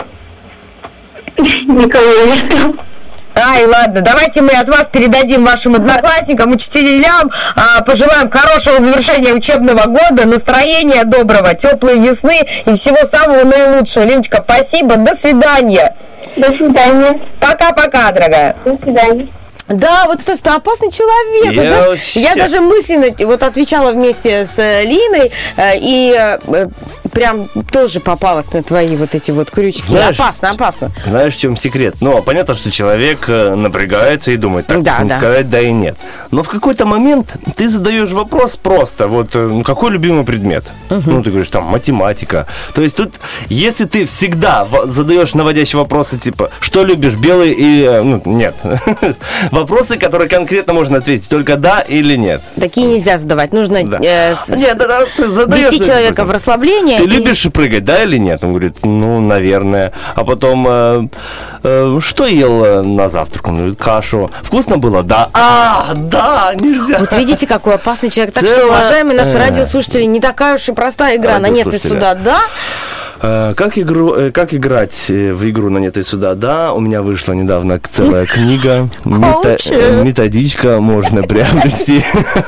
Никого нет. Ай, ладно, давайте мы от вас передадим вашим одноклассникам, учителям, а, пожелаем хорошего завершения учебного года, настроения доброго, теплой весны и всего самого наилучшего. Леночка, спасибо, до свидания. До свидания. Пока-пока, дорогая. До свидания. Да, вот, кстати, ты опасный человек. Я, вот, знаешь, вообще... я даже мысленно вот отвечала вместе с Линой э, и э, прям тоже попалась на твои вот эти вот крючки. Знаешь, опасно, опасно. Знаешь, в чем секрет? Ну, понятно, что человек напрягается и думает, так, да, да. сказать да и нет. Но в какой-то момент ты задаешь вопрос просто, вот, ну, какой любимый предмет? Угу. Ну, ты говоришь, там, математика. То есть тут, если ты всегда задаешь наводящие вопросы, типа, что любишь, белый и... Ну, нет. Вопросы, которые конкретно можно ответить, только да или нет. Такие нельзя задавать. Нужно да. э, с... нет, да, да, ты задаешь, вести человека в расслабление. Ты и... любишь прыгать, да или нет? Он говорит, ну, наверное. А потом, э, э, что ел на завтрак? Он говорит, кашу. Вкусно было? Да. А, да, нельзя. Вот видите, какой опасный человек. Так что, уважаемые наши радиослушатели, не такая уж и простая игра. На нет и сюда, да? Как, игру, как играть в игру на нет и сюда? Да, у меня вышла недавно целая книга, мета, методичка, можно приобрести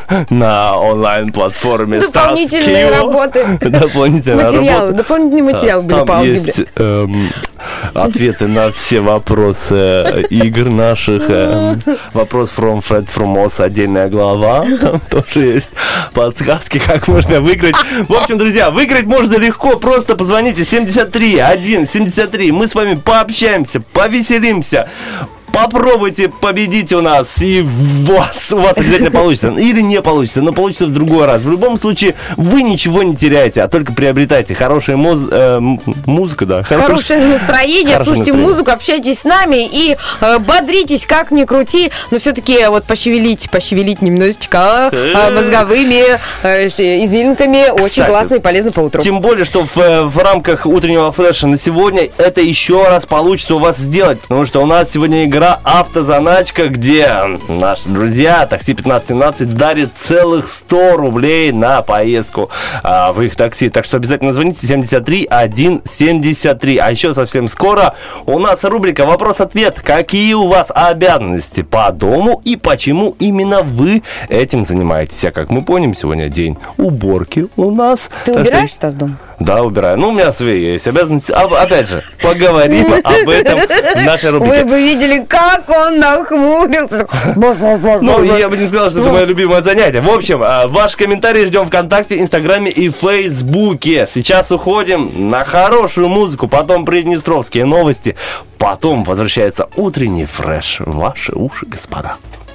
на онлайн-платформе дополнительные работы, дополнительные материалы, работы. Дополнительный материал были по алгебре. Есть эм, ответы на все вопросы игр наших. Эм, вопрос from Fred from Oz, отдельная глава. Там тоже есть подсказки, как можно выиграть. В общем, друзья, выиграть можно легко, просто позвоните семьдесят три сто семьдесят три. Мы с вами пообщаемся, повеселимся. Попробуйте победить у нас, и у вас, у вас обязательно получится. Или не получится, но получится в другой раз. В любом случае, вы ничего не теряете, а только приобретаете. Хорошая муз, э, музыка, да. Хорошее Хорош... настроение, Хорошее слушайте настроение. Музыку, общайтесь с нами и э, бодритесь, как ни крути. Но все-таки вот пошевелить, пошевелить немножечко э, мозговыми э, извилинками. Очень Кстати, классно и полезно по утру. Тем более, что в, в рамках утреннего флеша на сегодня это еще раз получится у вас сделать. Потому что у нас сегодня игра «Автозаначка», где наши друзья такси пятнадцать семнадцать дарят целых сто рублей на поездку а, в их такси. Так что обязательно звоните семьдесят три сто семьдесят три. А еще совсем скоро у нас рубрика «Вопрос-ответ». Какие у вас обязанности по дому и почему именно вы этим занимаетесь? А как мы поняли, сегодня день уборки у нас. Ты так убираешь, Стас, дом? Да, убираю. Ну, у меня свои есть обязанности. А, опять же, поговорим об этом в нашей рубрике. Вы бы видели, как он нахмурился. Ну, я бы не сказал, что это мое любимое занятие. В общем, ваш комментарий ждем ВКонтакте, Инстаграме и Фейсбуке. Сейчас уходим на хорошую музыку, потом приднестровские новости, потом возвращается утренний фреш в ваши уши, господа.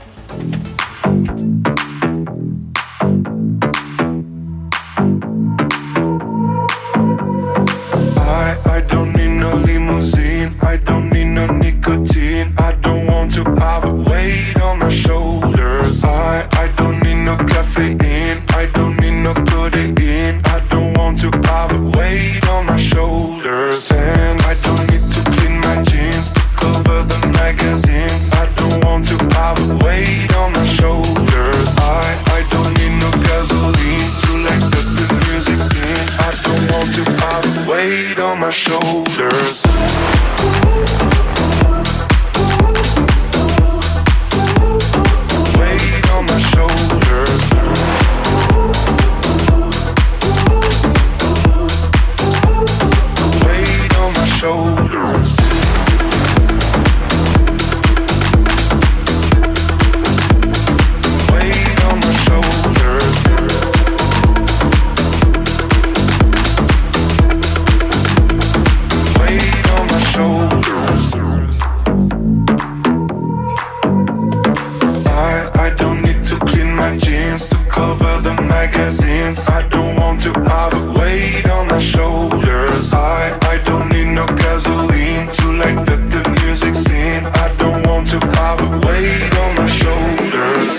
I, I don't need no limousine, I don't need no nicotine, I don't want to have a weight on my shoulders. I, I don't need no caffeine, I don't need no codeine, I don't want to have a weight on my shoulders. And I don't need to clean my jeans to cover the magazines, I don't want to have a weight on my shoulders. I, I don't need no gasoline to light up the music scene, I don't want to have a weight on my shoulders. Weight on my shoulders. Weight on my shoulders. Weight on my shoulders. Weight on my shoulders. I, I don't need to clean my jeans to cover the magazines, I don't want to have a weight on my shoulders. I, I don't need no gasoline to light up the music scene, I don't want to have a weight on my shoulders.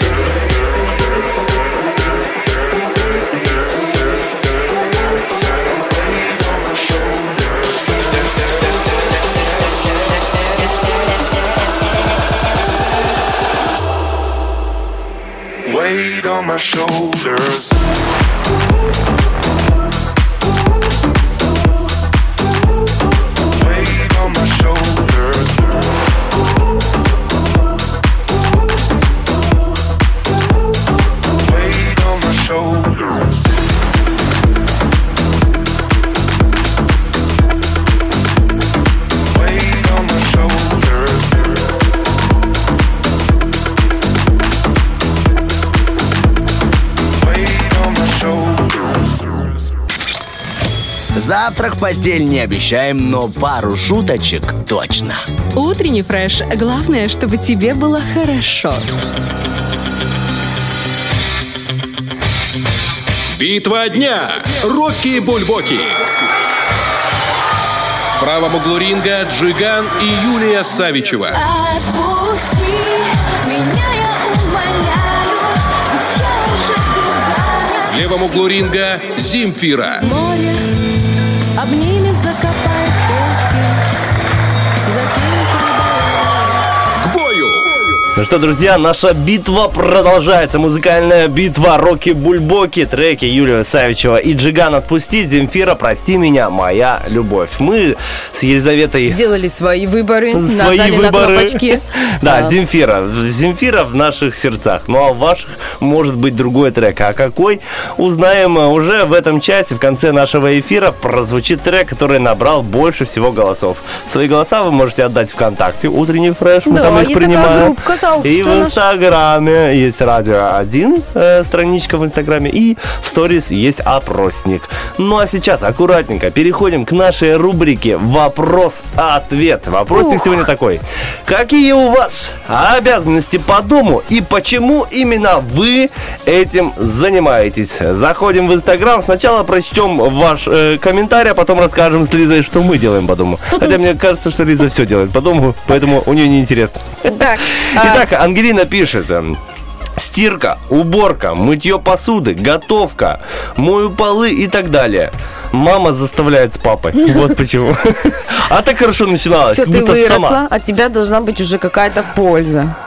Weight on my shoulders. Weight on my shoulders. Weight on my shoulders. Weight on my shoulders. Завтрак в постель не обещаем, но пару шуточек точно. Утренний фреш. Главное, чтобы тебе было хорошо. Битва дня. Рокки Бульбоки. В правом углу ринга Джиган и Юлия Савичева. Отпусти меня, я умоляю, ведь я уже другая. В левом углу ринга Земфира. Море обнимет, закопает в песке, закинет рыболов. К бою! Ну что, друзья, наша битва продолжается. Музыкальная битва Рокки Бульбоки, треки Юлия Савичева и Джиган «Отпусти», Земфира «Прости меня, моя любовь». Мы с Елизаветой сделали свои выборы, свои нажали выборы. на кнопочки. Да, Да. Земфира. Земфира в наших сердцах. Ну а в ваших может быть другой трек. А какой? Узнаем уже в этом часе. В конце нашего эфира прозвучит трек, который набрал больше всего голосов. Свои голоса вы можете отдать ВКонтакте. Утренний фреш. Мы Да, там их есть такая принимаем. группка, И в сообщество наше. Инстаграме есть Радио один, э, страничка в Инстаграме, и в сторис есть опросник. Ну а сейчас аккуратненько переходим к нашей рубрике «Вопрос-ответ». Вопросик Ух. сегодня такой. Какие у вас обязанности по дому и почему именно вы этим занимаетесь? Заходим в Инстаграм, сначала прочтем ваш э, комментарий, а потом расскажем с Лизой, что мы делаем по дому. Хотя мне кажется, что Лиза все делает по дому, поэтому у нее неинтересно. Так, Итак, Ангелина пишет. эм, Стирка, уборка, мытье посуды, готовка, мою полы и так далее. Мама заставляет с папой. Вот почему. А так хорошо начиналось. все, как ты будто выросла, сама. от тебя должна быть уже какая-то польза.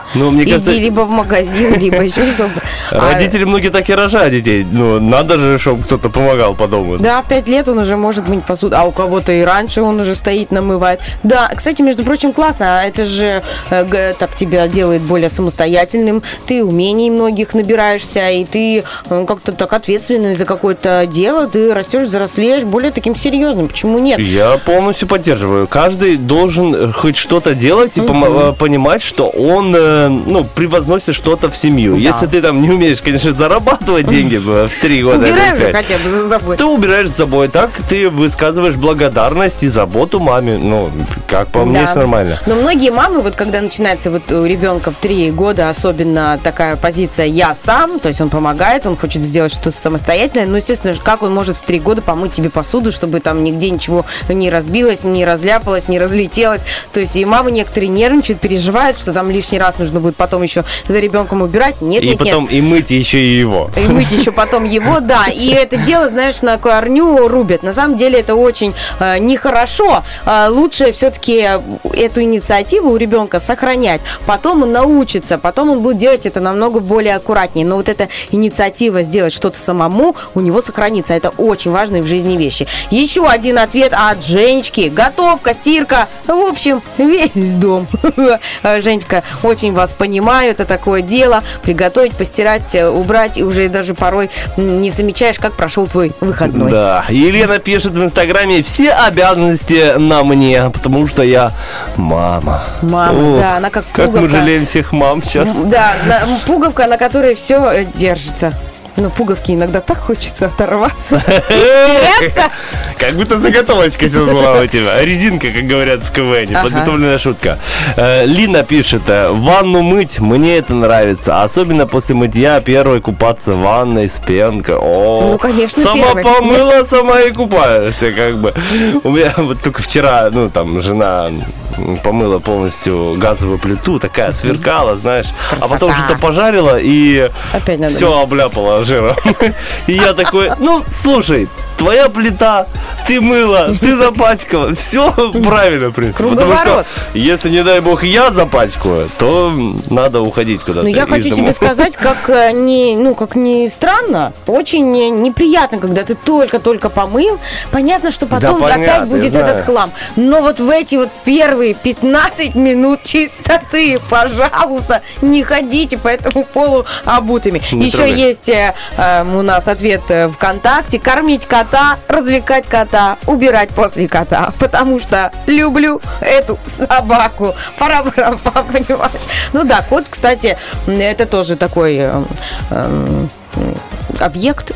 Ну, мне Иди кажется, либо в магазин, либо еще что-то. родители многие так и рожают детей. Ну, надо же, чтобы кто-то помогал по дому. Да, в пять лет он уже может мыть посуду, а у кого-то и раньше он уже стоит, намывает. Да, кстати, между прочим, классно, это же э, г- так тебя делает более самостоятельным, ты умений многих набираешься, и ты э, как-то так ответственный за какое-то дело, ты растешь, взрослеешь, более таким серьезным. Почему нет? Я полностью поддерживаю. Каждый должен хоть что-то делать и пом- понимать, что он, э, ну, превозносит что-то в семью. Да. Если ты там не умеешь, конечно, зарабатывать деньги в три года, Убирай в уже пять, хотя бы за собой. ты убираешь за собой, так ты высказываешь благодарность и заботу маме. Ну, как по мне, Да. все нормально. Но многие мамы, вот когда начинается вот у ребенка в три года особенно такая позиция «я сам», то есть он помогает, он хочет сделать что-то самостоятельное, ну, естественно, как он может в три года помыть тебе посуду, чтобы там нигде ничего не разбилось, не разляпалось, не разлетелось. То есть и мамы некоторые нервничают, переживают, что там лишний раз нужно будет потом еще за ребенком убирать. Нет, И нет, потом нет. и мыть еще и его. И мыть еще потом его, да. И это дело, знаешь, на корню рубят. На самом деле это очень э, нехорошо. Э, лучше все-таки эту инициативу у ребенка сохранять. Потом он научится, потом он будет делать это намного более аккуратнее. Но вот эта инициатива сделать что-то самому у него сохранится. Это очень важные в жизни вещи. Еще один ответ от Женечки. Готовка, стирка. В общем, весь дом. Женечка, очень вас понимаю. Это такое дело. Приготовить, постирать, убрать. И уже даже порой не замечаешь, как прошел твой выходной. Да. Елена пишет в Инстаграме: все обязанности на мне, потому что я мама. Мама, Ох, да, она как Как мы пуговка. жалеем всех мам сейчас. Да, на- пуговка, на которой все держится. Ну, пуговки иногда так хочется оторваться. Теряться. Как будто заготовочка сейчас была у тебя. Резинка, как говорят в КВН. Ага. Подготовленная шутка. Э, Лина пишет: э, ванну мыть, мне это нравится. Особенно после мытья первой купаться в ванной с пенкой. О, Ну, конечно, сама первой. помыла, сама и купаешься, как бы. У меня вот только вчера, ну, там, жена помыла полностью газовую плиту, такая сверкала, знаешь. А потом Красота. что-то пожарила и Опять надо. все обляпала жиром. И я такой: ну, слушай, твоя плита, ты мыла, ты запачкала. Все правильно, в принципе. Потому что Круговорот. если, не дай бог, я запачкаю, то надо уходить куда-то. Ну, я из хочу дома. тебе сказать, как э, не, ну, как ни странно, очень э, неприятно, когда ты только-только помыл. Понятно, что потом понятно, я опять будет знаю. этот хлам. Но вот в эти вот первые пятнадцать минут чистоты, пожалуйста, не ходите по этому полу обутыми. Не Еще трогай. есть э, э, у нас ответ э, ВКонтакте: кормить кота, развлекать кота, убирать после кота, потому что люблю эту собаку. Пара-пара-па, понимаешь? Ну да, кот, кстати, это тоже такой э, э, объект.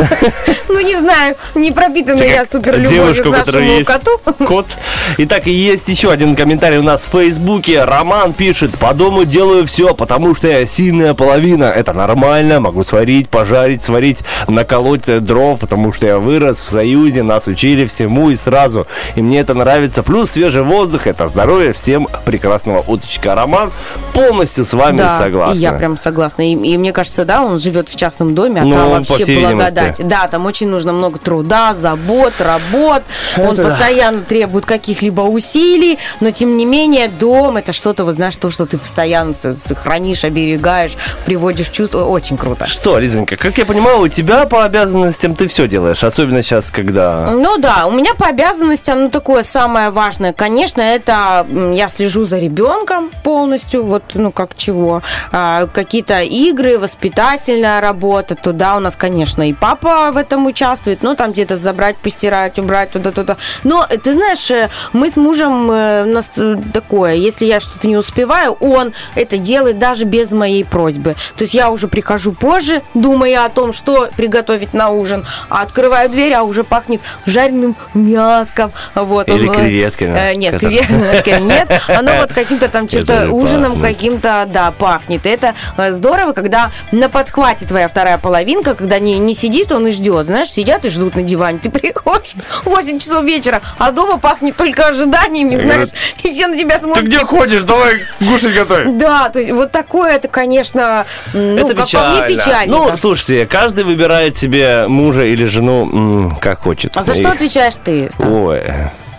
Ну, не знаю, не пропитанный я супер любовью Девушка, к у которой нашему есть коту. кот. Итак, и есть еще один комментарий у нас в Фейсбуке. Роман пишет: по дому делаю все, потому что я сильная половина. Это нормально, могу сварить, пожарить, сварить, наколоть дров, потому что я вырос в Союзе, нас учили всему и сразу. И мне это нравится. Плюс свежий воздух, это здоровье. Всем прекрасного уточка. Роман полностью с вами Да, согласен. и я прям согласна. И, и мне кажется, да, он живет в частном доме, а Ну, там по вообще всей видимости. благодать. Да, там очень нужно много труда, забот, работ. Он Это да. постоянно требует каких-либо усилий, но тем не менее дом — это что-то, вот знаешь, то, что ты постоянно с- хранишь, оберегаешь, приводишь в чувство. Очень круто. Что, Лизонька, как я понимаю, у тебя по обязанностям ты все делаешь, особенно сейчас, когда... Ну да, у меня по обязанностям, ну такое самое важное, конечно, это м, я слежу за ребенком полностью, вот, ну как чего, А, какие-то игры, воспитательная работа, туда у нас, конечно, и папа в этом участвует, ну там где-то забрать, постирать, убрать, туда-туда. Но ты знаешь, э, мы с мужем, э, у нас э, такое, если я что-то не успеваю, он это делает даже без моей просьбы. То есть я уже прихожу позже, думая о том, что приготовить на ужин, а открываю дверь, а уже пахнет жареным мяском. Вот, Или он, э, креветками. э, Нет, Которые- креветками нет. Оно вот каким-то там что-то Которые ужином пахнут. каким-то, да, пахнет. Это э, здорово, когда на подхвате твоя вторая половинка, когда не, не сидит он и ждет. Знаешь, сидят и ждут на диване. Ты приходишь в восемь часов вечера, а дома пахнет только ожиданиями, знаешь, и все на тебя Ты смотрят. где ходишь? Давай кушать готовь. Да, то есть вот такое, это, конечно, м, ну, Это как по мне, печально. Ну, слушайте, каждый выбирает себе мужа или жену м, как хочет. А за И- что отвечаешь ты, Стас? Ой,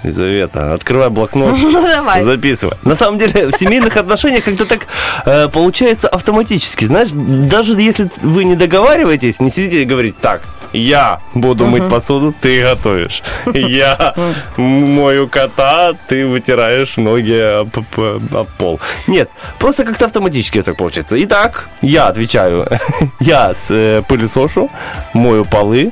Елизавета, открывай блокнот, Давай. записывай. На самом деле, в семейных отношениях как-то так э, получается автоматически. Знаешь, даже если вы не договариваетесь, не сидите и говорите, так, я буду мыть посуду, ты готовишь. Я мою кота, ты вытираешь ноги об, об, об пол. Нет, просто как-то автоматически так получается. Итак, я отвечаю. Я с, э, пылесошу, мою полы.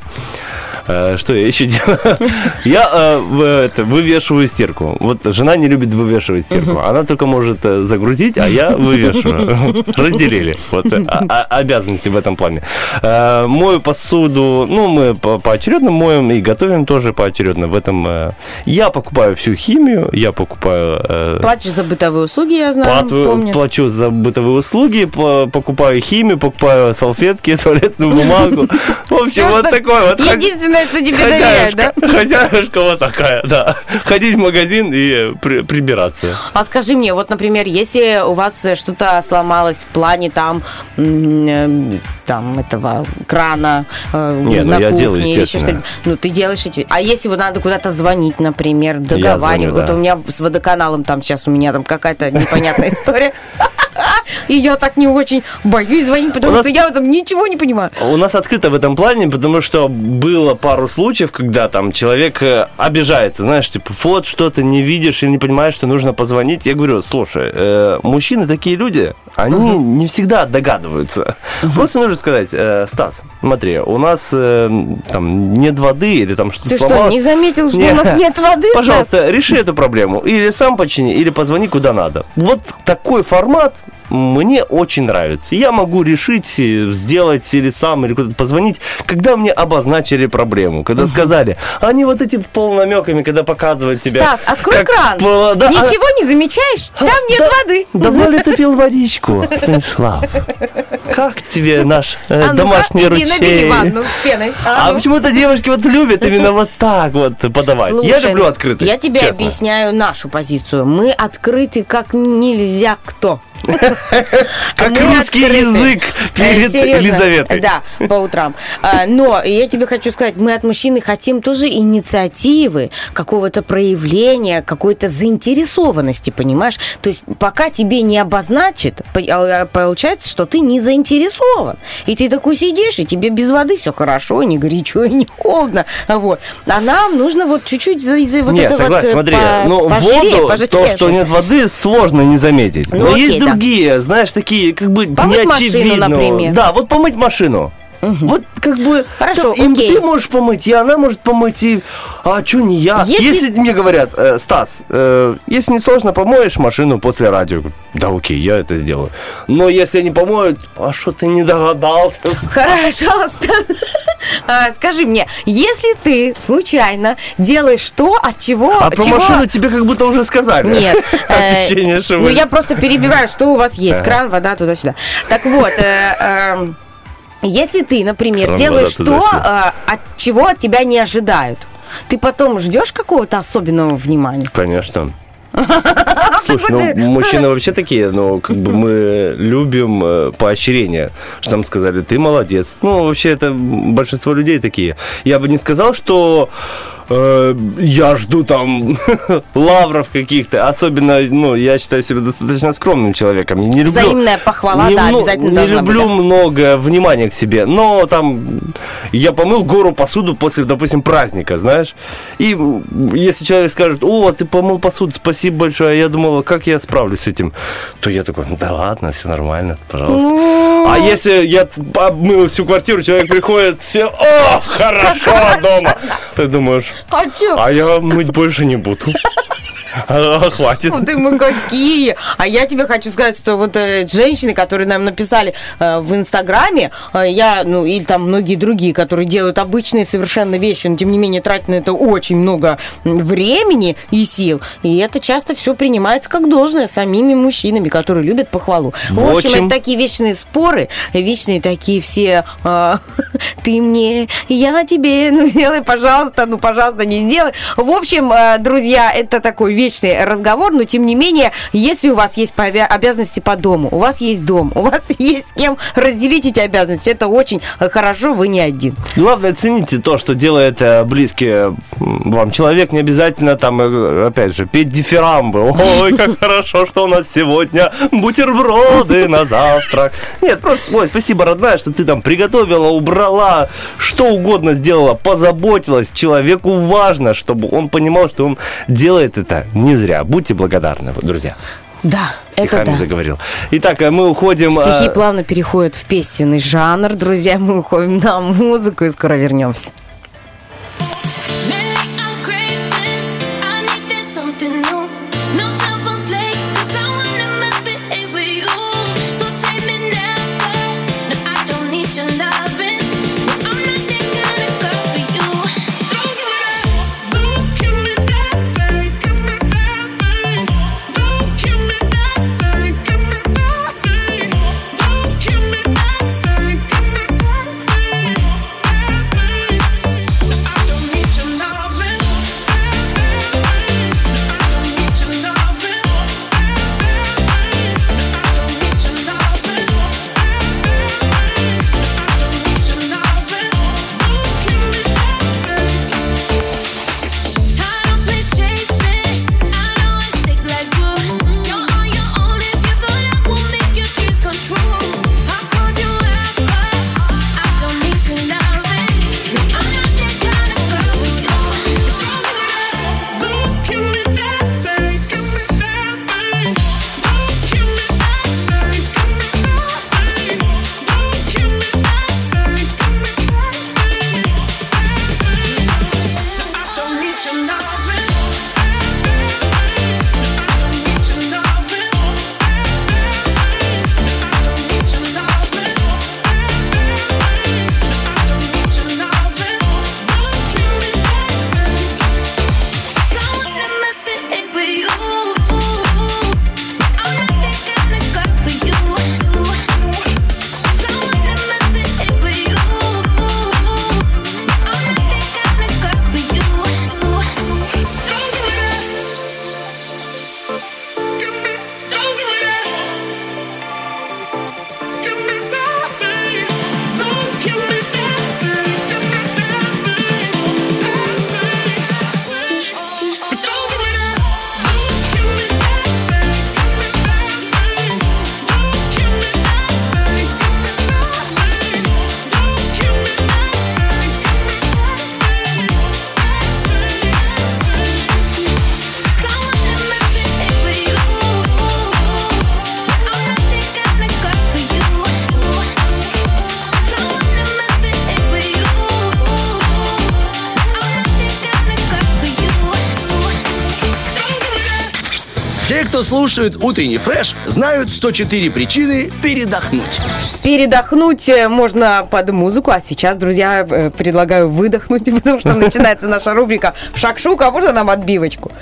Э, что я еще делаю? Я э, в, это, вывешиваю стирку. Вот жена не любит вывешивать стирку. Она только может э, загрузить, а я вывешиваю. Разделили. Вот э, а, обязанности в этом плане. Э, мою посуду, ну, мы по- поочередно моем и готовим тоже поочередно. В этом э, я покупаю всю химию, я покупаю... Э, Платишь за бытовые услуги, я знаю, плату- помню. Плачу за бытовые услуги, по- покупаю химию, покупаю салфетки, туалетную бумагу. В общем, Всё, вот что- такой вот. Единственное, что тебе доверяют, да? Хозяюшка вот такая, да. Ходить в магазин и при- прибираться. А скажи мне, вот, например, если у вас что-то сломалось в плане там, м, э, там этого крана э, Не, ну на я кухне делаю, или еще естественно. что-нибудь, ну ты делаешь эти. А если вот надо куда-то звонить, например, звоню, договаривать, вот да. у меня с водоканалом там сейчас у меня там какая-то непонятная история. И я так не очень боюсь звонить, потому У нас- что я в этом ничего не понимаю. У нас открыто в этом плане, потому что было пару случаев, когда там человек э, обижается, знаешь, типа, вот что-то не видишь или не понимаешь, что нужно позвонить. Я говорю, слушай, э, мужчины такие люди, они uh-huh. не всегда догадываются. Uh-huh. Просто нужно сказать, э, Стас, смотри, у нас э, там нет воды или там что-то Ты сломалось. что, не заметил, что Не. у нас нет воды? Пожалуйста, реши эту проблему. Или сам почини, или позвони куда надо. Вот такой формат мне очень нравится. Я могу решить, э, сделать или сам, или куда-то позвонить, когда мне обозначили проблему, когда сказали, они вот эти полнамеками, когда показывают тебе. Стас, открой как кран. пол- да, Ничего не замечаешь? Там нет да- воды. Давно ли ты пил водичку, Станислав? Как тебе наш э, А ну-ка, домашний иди набери ручей? ванну с пеной. А ну. почему-то девушки вот любят именно вот так вот подавать. Я Слушай, люблю открытость, я тебе честно. объясняю нашу позицию. Мы открыты как нельзя кто. Как Мы русский открыты. язык перед Э, серьезно. Елизаветой. Да, по утрам. А, Но я тебе хочу сказать, мы от мужчины хотим тоже инициативы, какого-то проявления, какой-то заинтересованности, понимаешь? То есть пока тебе не обозначит, по- а, получается, что ты не заинтересован. И ты такой сидишь, и тебе без воды все хорошо, не горячо и не холодно. Вот. А нам нужно вот чуть-чуть за, за вот Нет, это согласен, вот смотри, по- ну пожире, воду, пожире, то, что нет воды, сложно не заметить. Ну, Но окей, есть да. другие, знаешь, такие, как бы Помыть машину, неочевидно. например. Да, вот помыть машину. Вот как бы Хорошо, там, и окей. ты можешь помыть, и она может помыть, и а что не я? Если- Если, мне говорят, э, Стас, э, если не сложно, помоешь машину после радио. Я говорю, да окей, я это сделаю. Но если не помоют, а что ты не догадался? Хорошо, Стас. А, скажи мне, если ты случайно делаешь то, от чего... А про чего- машину тебе как будто уже сказали. Нет. э, Ощущение, что Ну, вы- я просто перебиваю, что у вас есть. Ага. Кран, вода, туда-сюда. Так вот, э, эм, если ты, например, Кран, делаешь вода, то, туда-сюда. э, от чего от тебя не ожидают, ты потом ждешь какого-то особенного внимания? Конечно. Слушай, ну мужчины вообще такие, ну как бы мы любим э, поощрение, что нам сказали, ты молодец. Ну вообще это большинство людей такие. Я бы не сказал, что э, я жду там лавров каких-то, особенно, ну я считаю себя достаточно скромным человеком. Я не люблю, Взаимная похвала, не да, мно- обязательно не должна люблю быть, да. много внимания к себе, но там я помыл гору посуду после, допустим, праздника, знаешь, и м, если человек скажет, о, ты помыл посуду, спасибо большое, я думала, как я справлюсь с этим, то я такой, ну да ладно, все нормально, пожалуйста. А если я обмыл всю квартиру, человек приходит, все, о, хорошо дома, ты думаешь, А чё? а я мыть больше не буду. А, хватит. Ну, ты мы какие! А я тебе хочу сказать, что вот э, женщины, которые нам написали э, в Инстаграме, э, я, ну, или там многие другие, которые делают обычные совершенно вещи, но тем не менее тратят на это очень много м, времени и сил, и это часто все принимается как должное самими мужчинами, которые любят похвалу. В, В общем, общем- это такие вечные споры, вечные такие все э, ты мне, я тебе, ну, сделай, пожалуйста, ну, пожалуйста, не сделай. В общем, э, друзья, это такой вечный разговор, но тем не менее, если у вас есть обязанности по дому, у вас есть дом, у вас есть с кем разделить эти обязанности, это очень хорошо, вы не один. Главное, цените то, что делает близкий вам человек, не обязательно там, опять же, петь дифирамбы. Ой, как хорошо, что у нас сегодня бутерброды на завтрак. Нет, просто, ой, спасибо, родная, что ты там приготовила, убрала, что угодно сделала, позаботилась. Человеку важно, чтобы он понимал, что он делает это не зря. Будьте благодарны, друзья. Да, стихами это да. заговорил. Итак, мы уходим... Стихи плавно переходят в песенный жанр. Друзья, мы уходим на музыку и скоро вернемся. Те, кто слушает утренний фреш, знают сто четыре причины передохнуть. Передохнуть можно под музыку, а сейчас, друзья, предлагаю выдохнуть, потому что начинается наша рубрика «Шакшука». А можно нам отбивочку?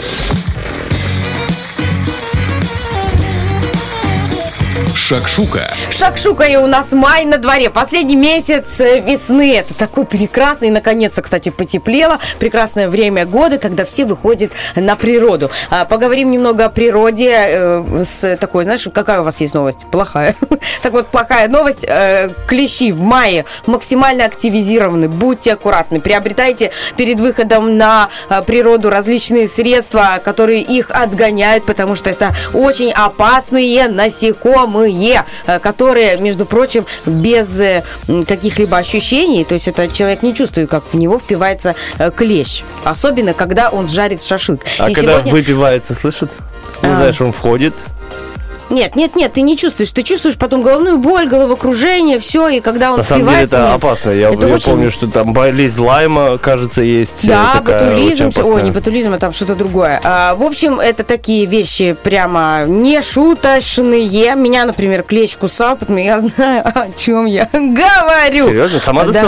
Шакшука. Шакшука, и у нас май на дворе. Последний месяц весны. Это такой прекрасный. Наконец-то, кстати, потеплело. Прекрасное время года, когда все выходят на природу. Поговорим немного о природе. С такой, знаешь, какая у вас есть новость? Плохая. Так вот, плохая новость. Клещи в мае максимально активизированы. Будьте аккуратны. Приобретайте перед выходом на природу различные средства, которые их отгоняют, потому что это очень опасные насекомые, которые, между прочим, без каких-либо ощущений, то есть это человек не чувствует, как в него впивается клещ. Особенно, когда он жарит шашлык. А И когда сегодня... выпивается, слышит? Ну, А. знаешь, он входит. Нет, нет, нет, ты не чувствуешь. Ты чувствуешь потом головную боль, головокружение, все, и когда он На самом деле впивается... это нет, опасно. Я, это я очень- помню, что там болезнь Лайма, кажется, есть. Да, такая очень ботулизм, опасная. ой, не ботулизм, а там что-то другое. А, в общем, это такие вещи прямо не шуточные. Меня, например, клещ кусал, поэтому я знаю, о чем я говорю. Серьезно? Сама Да. доставала?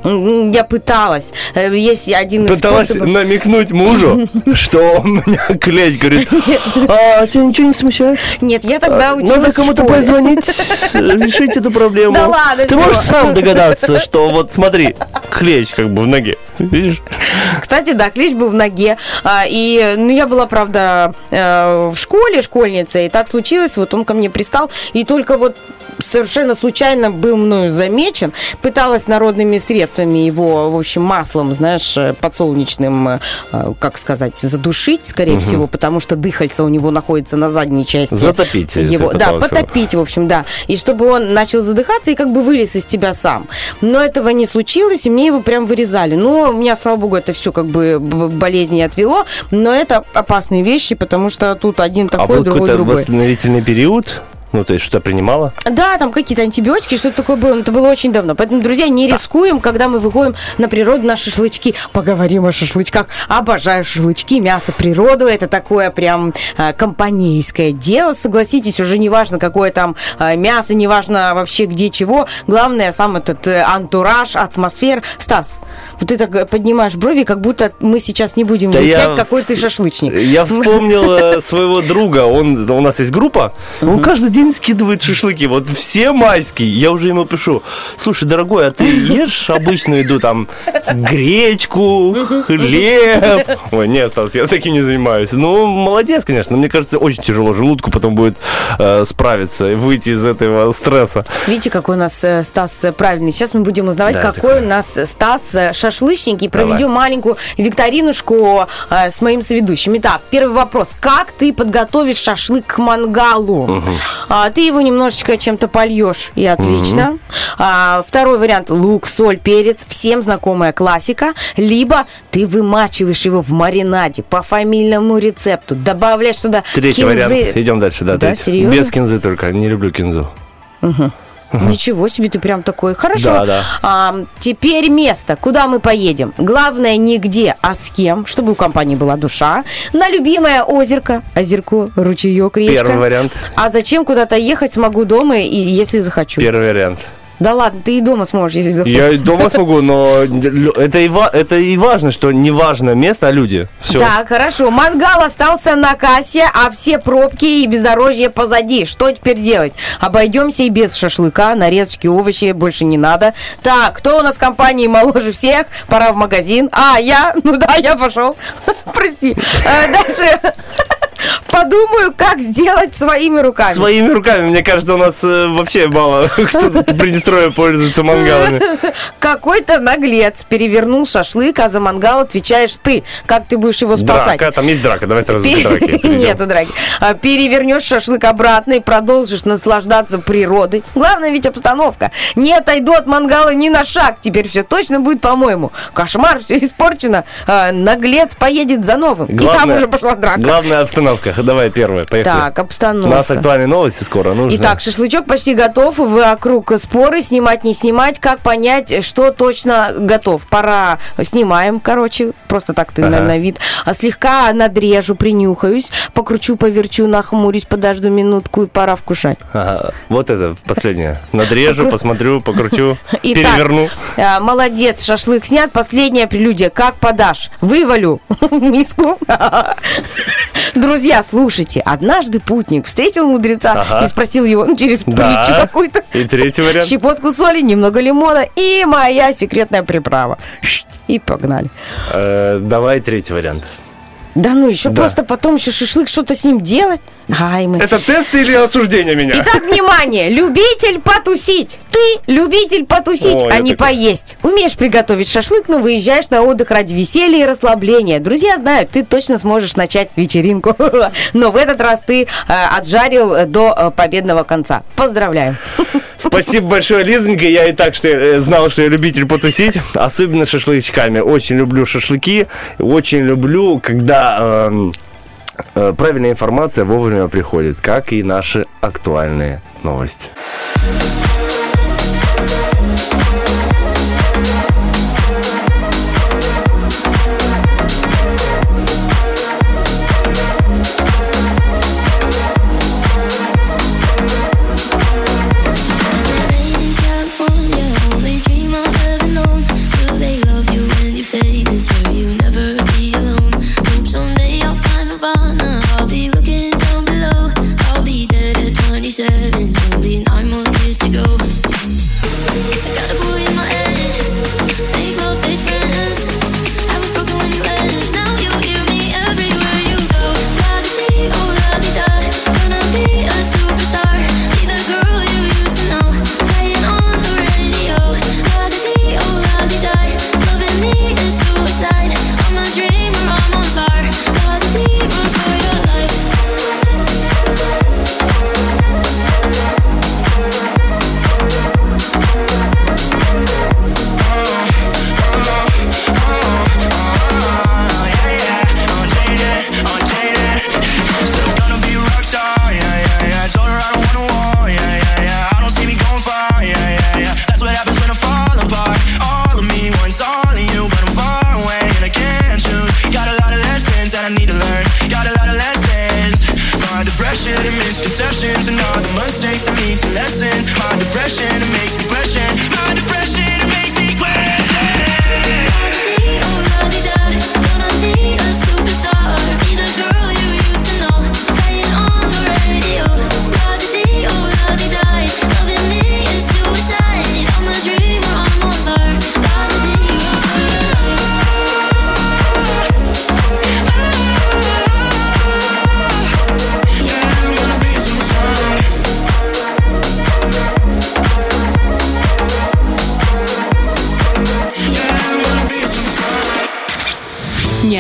Я пыталась. Есть один из Пыталась способов... намекнуть мужу, что у меня клещ, говорит, а тебя ничего не смущает? Нет, я тогда училась Надо в кому-то школе. позвонить, решить эту проблему. Да ладно, Ты всё. можешь сам догадаться, что вот смотри, клещ как бы в ноге, видишь? Кстати, да, клещ был в ноге. А, и, ну, я была, правда, э, в школе, школьницей, и так случилось, вот он ко мне пристал, и только вот совершенно случайно был мною замечен. Пыталась народными средствами его, в общем, маслом, знаешь, подсолнечным, э, как сказать, задушить, скорее Мгм. всего, потому что дыхальце у него находится на задней части. Затопить, если его. ты Да, пыталась его. потопить, в общем, да. И чтобы он начал задыхаться и как бы вылез из тебя сам. Но этого не случилось, и мне его прям вырезали. Но у меня, слава богу, это все как бы б- болезни отвело. Но это опасные вещи, потому что тут один А такой, был другой какой-то другой. восстановительный период? Ну, то есть, что-то принимала? Да, там какие-то антибиотики, что-то такое было. Но это было очень давно. Поэтому, друзья, не рискуем, когда мы выходим на природу, на шашлычки. Поговорим о шашлычках. Обожаю шашлычки, мясо, природу. Это такое прям э, компанейское дело. Согласитесь, уже не важно, какое там э, мясо, не важно вообще где чего. Главное, сам этот э, антураж, атмосфера. Стас, вот ты так поднимаешь брови, как будто мы сейчас не будем Да выяснять, я какой вс- ты шашлычник. Я вспомнил э, своего друга, он, у нас есть группа, он каждый день скидывает шашлыки, вот все майские, я уже ему пишу, слушай, дорогой, а ты ешь обычную еду, там, гречку, хлеб? Ой, нет, Стас, я таким не занимаюсь. Ну, молодец, конечно, мне кажется, очень тяжело желудку потом будет э, справиться и выйти из этого стресса. Видите, какой у нас э, Стас э, правильный. Сейчас мы будем узнавать, Да, какой такой. у нас э, Стас э, шашлычник. И Давай. проведем маленькую викторинушку э, с моим соведущим. Итак, первый вопрос. Как ты подготовишь шашлык к мангалу? А, ты его немножечко чем-то польешь, и отлично. Мгм. А, второй вариант. Лук, соль, перец. Всем знакомая классика. Либо ты вымачиваешь его в маринаде по фамильному рецепту. Добавляешь туда Третий кинзы. вариант, идем дальше, да, Да, третий. серьезно? Без кинзы только, не люблю кинзу. Мгм. Ничего себе, ты прям такой. Хорошо. Да, да. А, теперь место, куда мы поедем. Главное, не где, а с кем, чтобы у компании была душа. На любимое озерко, озерко, ручеек, речка. Первый вариант. А зачем куда-то ехать смогу дома, и если захочу? Первый вариант. Да ладно, ты и дома сможешь, если захочешь. Я и дома смогу, но это и, ва- это и важно, что не важно место, а люди. Все. Так, хорошо. Мангал остался на кассе, а все пробки и бездорожье позади. Что теперь делать? Обойдемся и без шашлыка, нарезочки, овощи больше не надо. Так, кто у нас в компании моложе всех? Пора в магазин. А, я? Ну да, я пошел. Прости. А, Дальше подумаю, как сделать своими руками. Своими руками, мне кажется, у нас э, вообще мало кто в Приднестровье пользуется мангалами. Какой-то наглец перевернул шашлык, а за мангал отвечаешь ты. Как ты будешь его спасать? Драка, там есть драка, давай сразу Пе- к драке перейдем. Нету драки. А, Перевернешь шашлык обратно и продолжишь наслаждаться природой. Главное ведь обстановка. Не отойду от мангала ни на шаг. Теперь все точно будет по-моему. Кошмар, все испорчено. А, Наглец поедет за новым. И там уже пошла драка. Главная обстановка. Давай первое, поехали. Так, обстановка. У нас актуальные новости скоро. Нужно. Итак, шашлычок почти готов. Вокруг споры, снимать, не снимать. Как понять, что точно готов? Пора снимаем, короче. Просто так ты на, Ага. на вид. А слегка надрежу, принюхаюсь. Покручу, поверчу, нахмурюсь, подожду минутку и пора вкушать. Ага, вот это последнее. Надрежу, посмотрю, покручу, Итак, переверну. а, молодец, шашлык снят. Последняя прелюдия. Как подашь? Вывалю в миску. Друзья, слушайте. Однажды путник встретил мудреца Ага. и спросил его ну, через Да. притчу какую-то. И третий вариант. Щепотку соли, немного лимона и моя секретная приправа. И погнали. Э, давай третий вариант. Да ну, еще Да. просто потом еще шашлык, что-то с ним делать. Ай, мы... Это тест или осуждение меня? Итак, внимание, любитель потусить. Ты любитель потусить, О, а я не такой. поесть. Умеешь приготовить шашлык, но выезжаешь на отдых ради веселья и расслабления. Друзья знают, ты точно сможешь начать вечеринку. Но в этот раз ты э, отжарил до э, победного конца. Поздравляю. Спасибо большое, Лизонька. Я и так что э, знал, что я любитель потусить, особенно шашлычками. Очень люблю шашлыки, очень люблю, когда эм, э, правильная информация вовремя приходит, как и наши актуальные новости. In California, only dream I've ever known.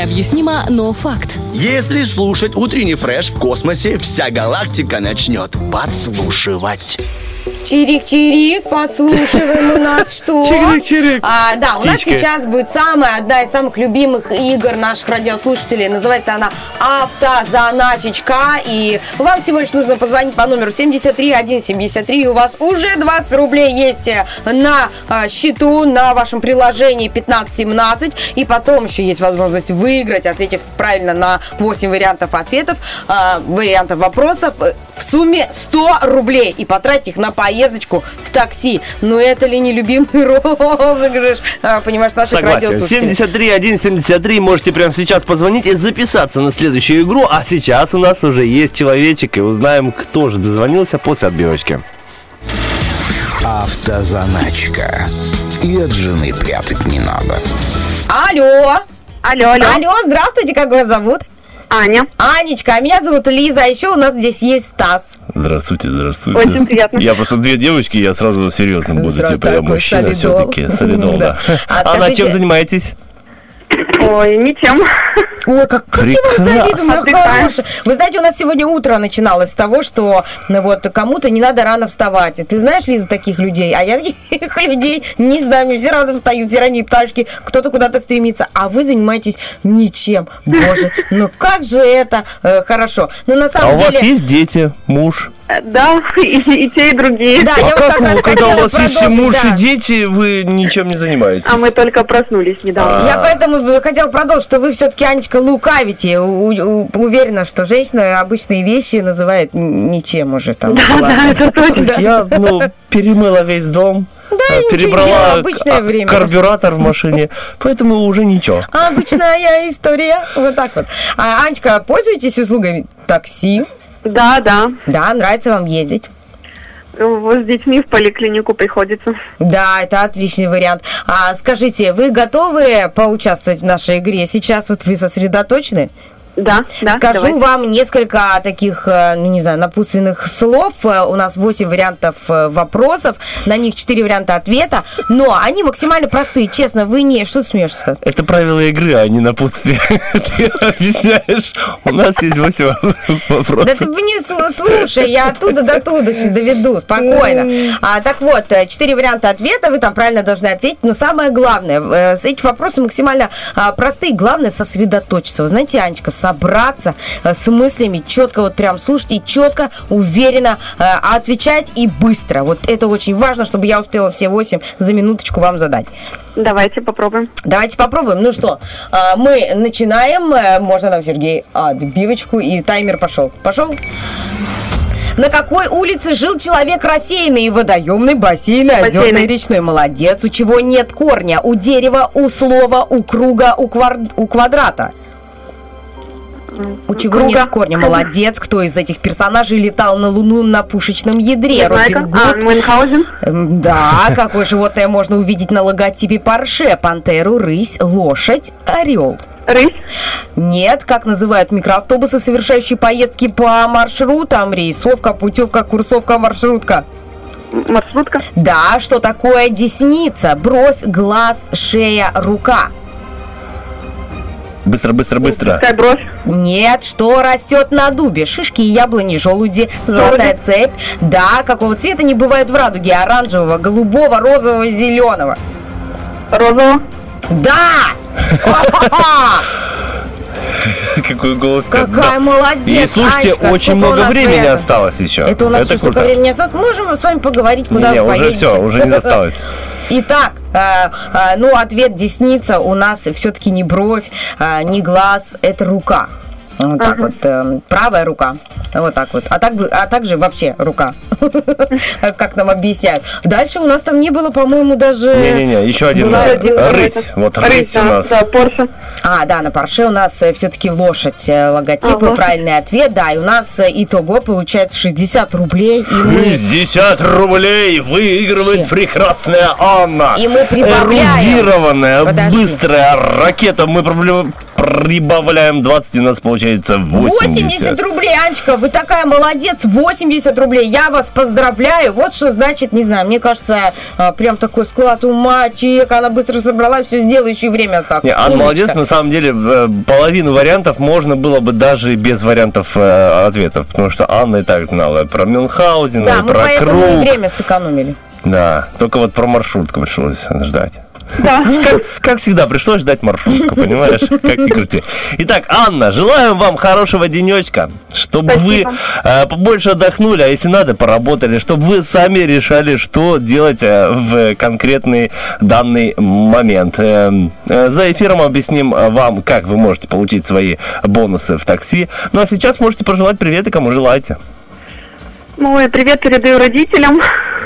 Необъяснимо, но факт. Если слушать утренний фреш, в космосе вся галактика начнет подслушивать. Чирик-чирик, подслушиваем у нас что? Чирик-чирик. А, да, у нас Птичка. сейчас будет самая, одна из самых любимых игр наших радиослушателей. Называется она «Автозаначечка». И вам всего лишь нужно позвонить по номеру семьдесят три один семьдесят три. И у вас уже двадцать рублей есть на а, счету, на вашем приложении пятнадцать семнадцать. И потом еще есть возможность выиграть, ответив правильно на восемь вариантов ответов, а, вариантов вопросов. В сумме сто рублей. И потратить их на поездочку в такси. Но это ли не любимый розыгрыш, а, понимаешь, наших Согласен. радиослушателей? семьдесят три один семьдесят три. Можете прямо сейчас позвонить и записаться на следующую игру. А сейчас у нас уже есть человечек, и узнаем, кто же дозвонился после отбивочки. Автозаначка. И от жены прятать не надо. Алло. Алло, алло. Алло, здравствуйте, как вас зовут? Аня. Анечка, а меня зовут Лиза, а еще у нас здесь есть Стас. Здравствуйте, здравствуйте. Очень приятно. Я просто две девочки, я сразу серьезно буду. Сразу Типа я такой мужчина солидол. все-таки. Солидол, да. А Анна, скажите- чем занимаетесь? Ой, ничем. Ой, как, как я вам Прекрасно. завидую, моя Отдыхаем. хорошая. Вы знаете, у нас сегодня утро начиналось с того, что ну, вот кому-то не надо рано вставать. Ты знаешь, Лиза, таких людей? А я таких людей не знаю. Все рано встают, все ранние пташки, кто-то куда-то стремится. А вы занимаетесь ничем. Боже, ну как же это э, хорошо. Ну, на А самом у деле... вас есть дети, муж? Да, и, и те, и другие. Да, я А вот как как вы, раз когда хотела у вас есть и продолжить, муж, да. и дети, вы ничем не занимаетесь? А мы только проснулись недавно. Я поэтому хотела продолжить, что вы все-таки, Анечка, лукавите. У- у- уверена, что женщина обычные вещи называет н- ничем уже там. Да, да, это точно. Я, ну, перемыла весь дом. Да, э, ничего не делаю, перебрала обычное к- время. карбюратор в машине, поэтому уже ничего. Обычная история. Вот так вот. А, Анечка, пользуетесь услугами такси? Да, да. Да, нравится вам ездить? Вот с детьми в поликлинику приходится. Да, это отличный вариант. А скажите, вы готовы поучаствовать в нашей игре? Сейчас вот вы сосредоточены? Да, да. Скажу давайте. вам несколько таких, э, ну не знаю, напутственных слов. Э, У нас восемь вариантов э, вопросов, на них четыре варианта ответа, но они максимально простые. Честно, вы не... Что ты смеешься? Это правила игры, а не напутствие. Ты объясняешь, у нас есть восемь Да вопросов. ты не с- слушай, я оттуда до туда сейчас доведу, спокойно. А, так вот, э, четыре варианта ответа, вы там правильно должны ответить, но самое главное, э, с эти вопросы максимально а, простые, главное сосредоточиться. Вы знаете, Анечка, собраться э, с мыслями, четко вот прям слушать и четко, уверенно э, отвечать и быстро. Вот это очень важно, чтобы я успела все восемь за минуточку вам задать. Давайте попробуем. Давайте попробуем. Ну что, а, мы начинаем. Э, Можно нам, Сергей, отбивочку, и таймер пошел. Пошел? На какой улице жил человек рассеянный? Водоемный, бассейный, озерный, Бассейный. речной. Молодец. У чего нет корня? У дерева, у слова, у круга, у, квар- у квадрата. У чего Круга. нет корня? Молодец. Кто из этих персонажей летал на Луну на пушечном ядре? Знайка. Робин А, Гуд. Мюнхгаузен. М, Да, какое животное можно увидеть на логотипе Порше? Пантеру, рысь, лошадь, орел. Рысь. Нет, как называют микроавтобусы, совершающие поездки по маршрутам? Рейсовка, путевка, курсовка, маршрутка. М- Маршрутка. Да, что такое десница? Бровь, глаз, шея, рука. Быстро, быстро, быстро. Какая бровь. Нет, что растет на дубе? Шишки, яблони, желуди, золотая цепь. Да, какого цвета не бывает в радуге? Оранжевого, голубого, розового, зеленого. Розового. Да! Ха-ха-ха! Какой голос. Какая молодец, И слушайте, Анечка, очень сколько у много нас времени вариантов? осталось еще. Это у нас еще столько круто. времени осталось. Можем с вами поговорить, куда Не, вы уже поедете. все, уже не осталось. Итак, э, э, ну, ответ десница у нас все-таки не бровь, э, не глаз, это рука. Вот так вот, э, правая рука. Вот так вот. А, так, бы- а также вообще рука. Как нам объясняют. Дальше у нас там не было, по-моему, даже... Не-не-не, еще один. Была- э, Рысь. Вот рысь у да, нас. да, Порше. А, да, на Порше у нас все-таки лошадь, э, логотип, Ага. правильный ответ, да, и у нас э, итого получается шестьдесят рублей, и мы... шестьдесят рублей выигрывает Вообще. прекрасная Анна. И мы прибавляем. Эрудированная, Подожди. быстрая ракета. Мы проблем- прибавляем двадцать, у нас получается восемьдесят. восемьдесят рублей, Анечка, вы такая молодец, восемьдесят рублей, я вас поздравляю. Вот что значит, не знаю, мне кажется, прям такой склад ума, чек, она быстро собрала, все сделала, еще и время осталось. Не, Анна молодец, на самом деле, половину вариантов можно было бы даже без вариантов э, ответов, потому что Анна и так знала про Мюнхгаузен, да, и про поэтому круг. И время сэкономили. Да, только вот про маршрутку пришлось ждать. Да. Как, как всегда, пришлось ждать маршрутку, понимаешь? Как ни крути. Итак, Анна, желаем вам хорошего денечка, чтобы Спасибо. вы э, побольше отдохнули, а если надо, поработали, чтобы вы сами решали, что делать э, в конкретный данный момент. Э, э, за эфиром объясним вам, как вы можете получить свои бонусы в такси. Ну а сейчас можете пожелать привет и кому желаете. Ну и привет передаю родителям.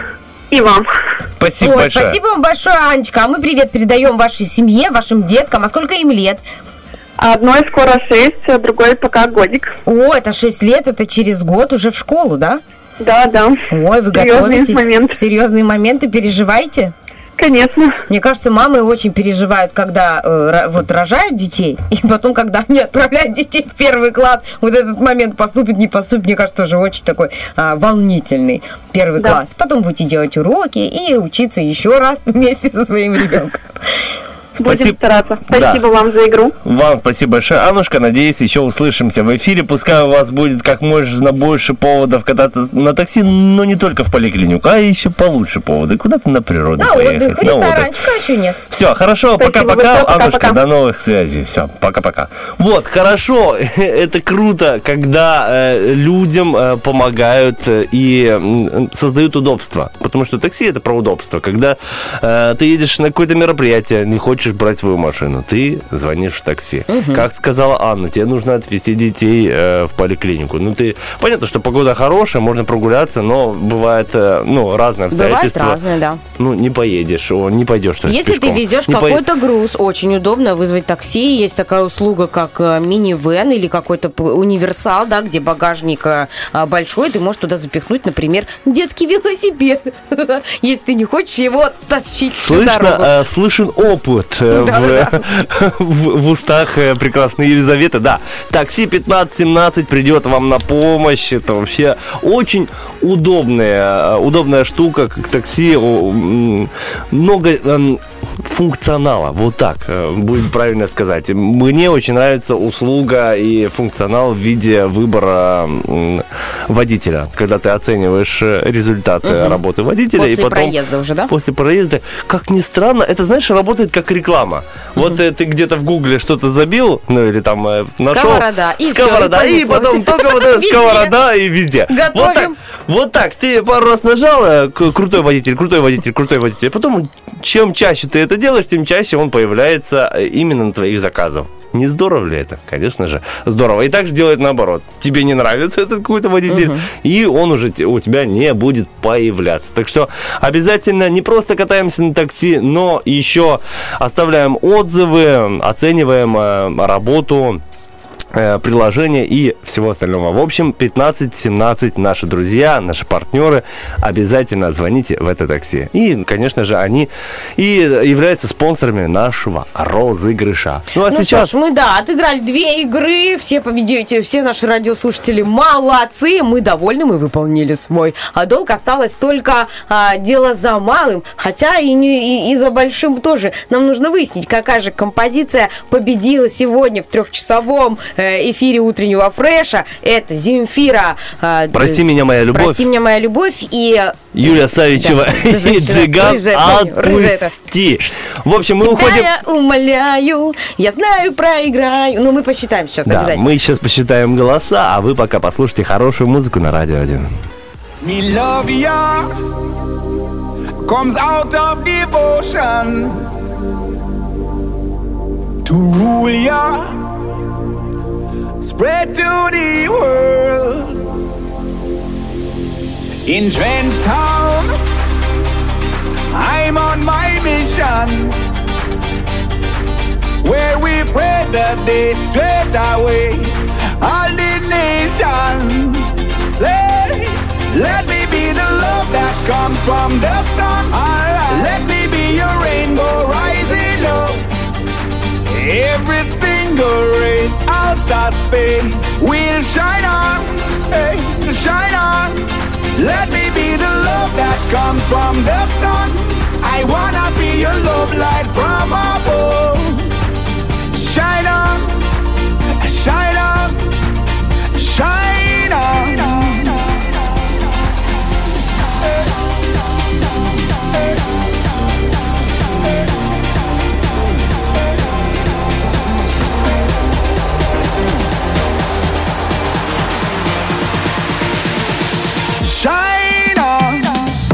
И вам. Спасибо Ой, большое. Спасибо вам большое, Анечка. А мы привет передаем вашей семье, вашим деткам. А сколько им лет? Одной скоро шесть, а другой пока годик. О, это шесть лет, это через год уже в школу, да? Да, да. Ой, вы Серьезный готовитесь? Момент. Серьезные моменты, переживаете? Конечно. Мне кажется, мамы очень переживают, когда э, вот рожают детей, и потом, когда они отправляют детей в первый класс, вот этот момент поступит, не поступит, мне кажется, тоже очень такой а, волнительный первый да. класс. Потом будете делать уроки и учиться еще раз вместе со своим ребенком. Будем Спасибо. стараться. Спасибо Да. вам за игру. Вам спасибо большое, Аннушка. Надеюсь, еще услышимся в эфире. Пускай у вас будет как можно больше поводов кататься на такси, но не только в поликлинику, а еще получше поводы. Куда-то на природу На поехать. отдых, в ресторанчик, а что нет? Все, хорошо, Спасибо пока-пока, большое, Аннушка, пока-пока. до новых связей. Все, пока-пока. Вот, хорошо, это круто, когда э, людям э, помогают э, и э, создают удобства. Потому что такси это про удобство. Когда э, ты едешь на какое-то мероприятие, не хочешь брать свою машину, ты звонишь в такси. Угу. Как сказала Анна, тебе нужно отвезти детей э, в поликлинику. Ну, ты понятно, что погода хорошая, можно прогуляться, но бывает э, ну, разные обстоятельства. Бывает разные, да. Ну, не поедешь, о, не пойдешь. то есть Если пешком. ты везешь Не какой-то груз, очень удобно вызвать такси. Есть такая услуга, как э, мини-вэн или какой-то п- универсал, да, где багажник э, большой, ты можешь туда запихнуть, например, детский велосипед. Если ты не хочешь его тащить всю Слышно, дорогу. э, слышен опыт э, Да, в, да. в, в устах э, прекрасной Елизаветы. Да, такси пятнадцать семнадцать придет вам на помощь. Это вообще очень удобная, э, удобная штука, как такси. О, м, много э, функционала. Вот так э, будет правильно сказать. Мне очень нравится услуга и функционал в виде выбора м, водителя. Когда ты оцениваешь э, результаты Мгм. работы водителя. После и потом, проезда уже, да? После проезда. Как ни странно, это, знаешь, работает как реклама. Вот э, ты где-то в гугле что-то забил, ну или там э, нашел. Сковорода, и Сковорода, всё, и и понеслось. потом только вот эта Везде. сковорода и везде. Вот так, Готовим. вот так. Ты пару раз нажал, э, к- крутой водитель, крутой водитель, крутой водитель. А потом, чем чаще ты это делаешь, тем чаще он появляется э, именно на твоих заказах. Не здорово ли это? Конечно же, здорово. И так же делает наоборот. Тебе не нравится этот какой-то водитель, Мгм. и он уже те- у тебя не будет появляться. Так что обязательно не просто катаемся на такси, но еще оставляем отзывы, оцениваем э, работу э, приложения и всего остального. В общем, пятнадцать семнадцать наши друзья, наши партнеры, обязательно звоните в это такси. И, конечно же, они и являются спонсорами нашего розыгрыша. Ну, а Ну сейчас... что ж, мы, да, отыграли две игры, все победители, все наши радиослушатели молодцы, мы довольны, мы выполнили свой а долг, осталось только а, дело за малым, хотя и, не, и, и за большим тоже. Нам нужно выяснить, какая же композиция победила сегодня в трехчасовом э, эфире утреннего фреша. Это Земфира. э, «Прости меня, моя любовь». «Прости меня, моя любовь» и... Юлия Савичева Да, и женщина, Джиган рыжая, помню, рыжая это. «Отпусти». В общем, мы Тебя уходим... я умоляю, я знаю, проиграю. Ну, мы посчитаем сейчас Да, обязательно. мы сейчас посчитаем голоса, а вы пока послушайте хорошую музыку на Радио один. Me love ya comes out of devotion to rule ya, spread to the world. In Trench Town, I'm on my mission, where we pray that they straight away all the nation. Let, let me be the love that comes from the sun. Alright. Let me be your rainbow rising up every single race, outer space. We'll shine on, hey, shine on. Let me be the love that comes from the sun. I wanna be your love light from above. Shine on, shine on, shine on. Shine on.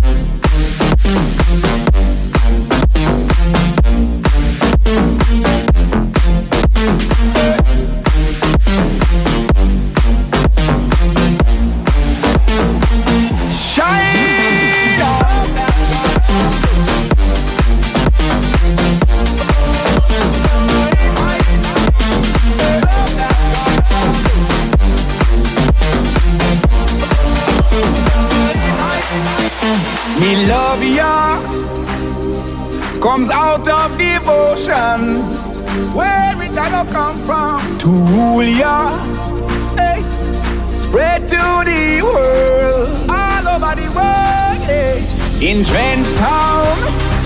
Me love ya comes out of devotion. Where it gonna come from? To rule ya, hey, spread to the world, all over the world, hey. In Trench Town,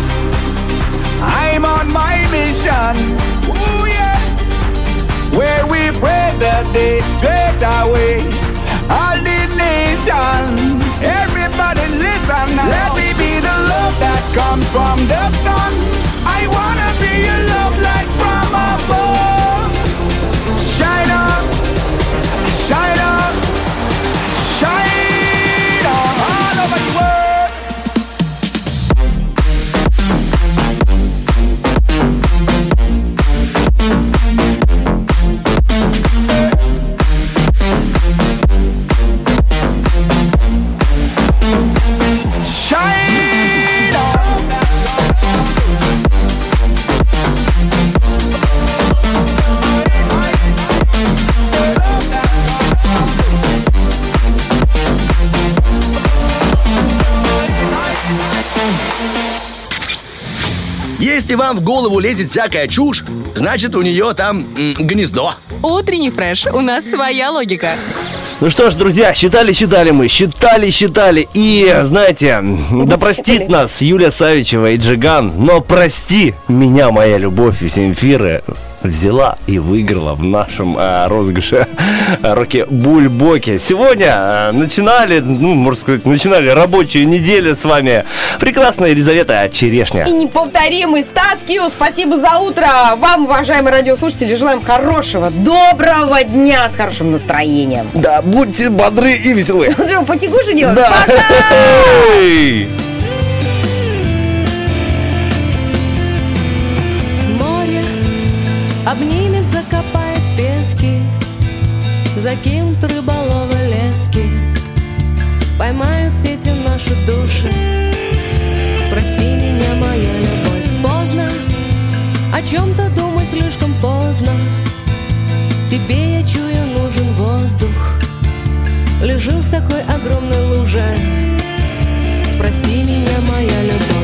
I'm on my mission. Ooh yeah, where we pray the day straight away. All the nation, everybody listen now. Let me be the love that comes from the sun. I wanna be your love light from above. Shine on, shine on, shine on all over the world. Если вам в голову лезет всякая чушь, значит, у нее там м, гнездо. Утренний фреш. У нас своя логика. Ну что ж, друзья, считали-считали мы, считали-считали. И, знаете, да простит нас Юлия Савичева и Джиган, но прости меня, моя любовь из Земфиры взяла и выиграла в нашем э, розыгрыше Роки Бульбоке. Сегодня э, начинали, ну, можно сказать, начинали рабочую неделю с вами прекрасная Елизавета Черешня. И неповторимый Стас Кью. Спасибо за утро. Вам, уважаемые радиослушатели, желаем хорошего, доброго дня с хорошим настроением. Да, будьте бодры и веселы. Что, потягуши делать? Да. Пока! Обнимет, закопает в пески, закинут рыболовы лески, поймают в сети наши души. Прости меня, моя любовь, поздно о чем-то думать слишком поздно. Тебе, я чую, нужен воздух. Лежу в такой огромной луже. Прости меня, моя любовь.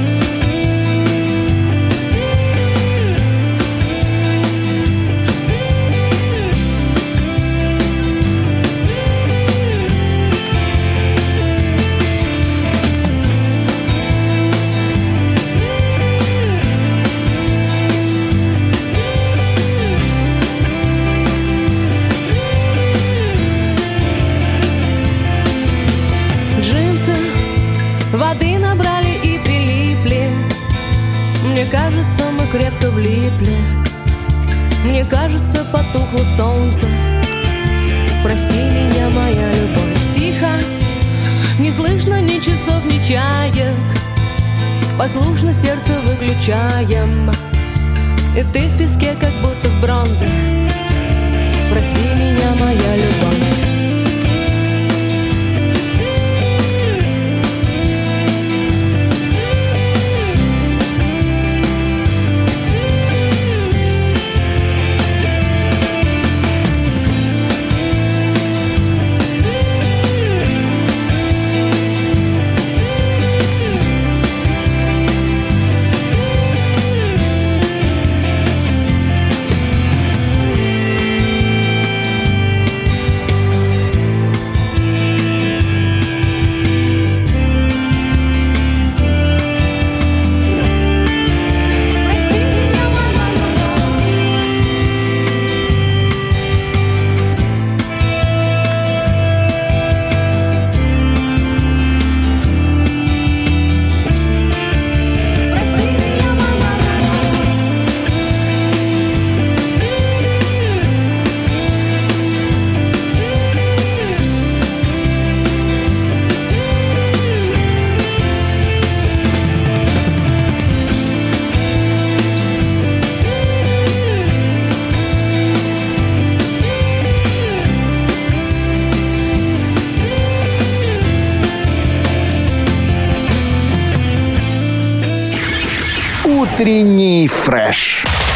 Воды набрали и прилипли. Мне кажется, мы крепко влипли. Мне кажется, потухло солнце. Прости меня, моя любовь. Тихо, не слышно ни часов, ни чаек. Послушно сердце выключаем. И ты в песке, как будто в бронзе. Прости меня, моя любовь. Утренний фреш.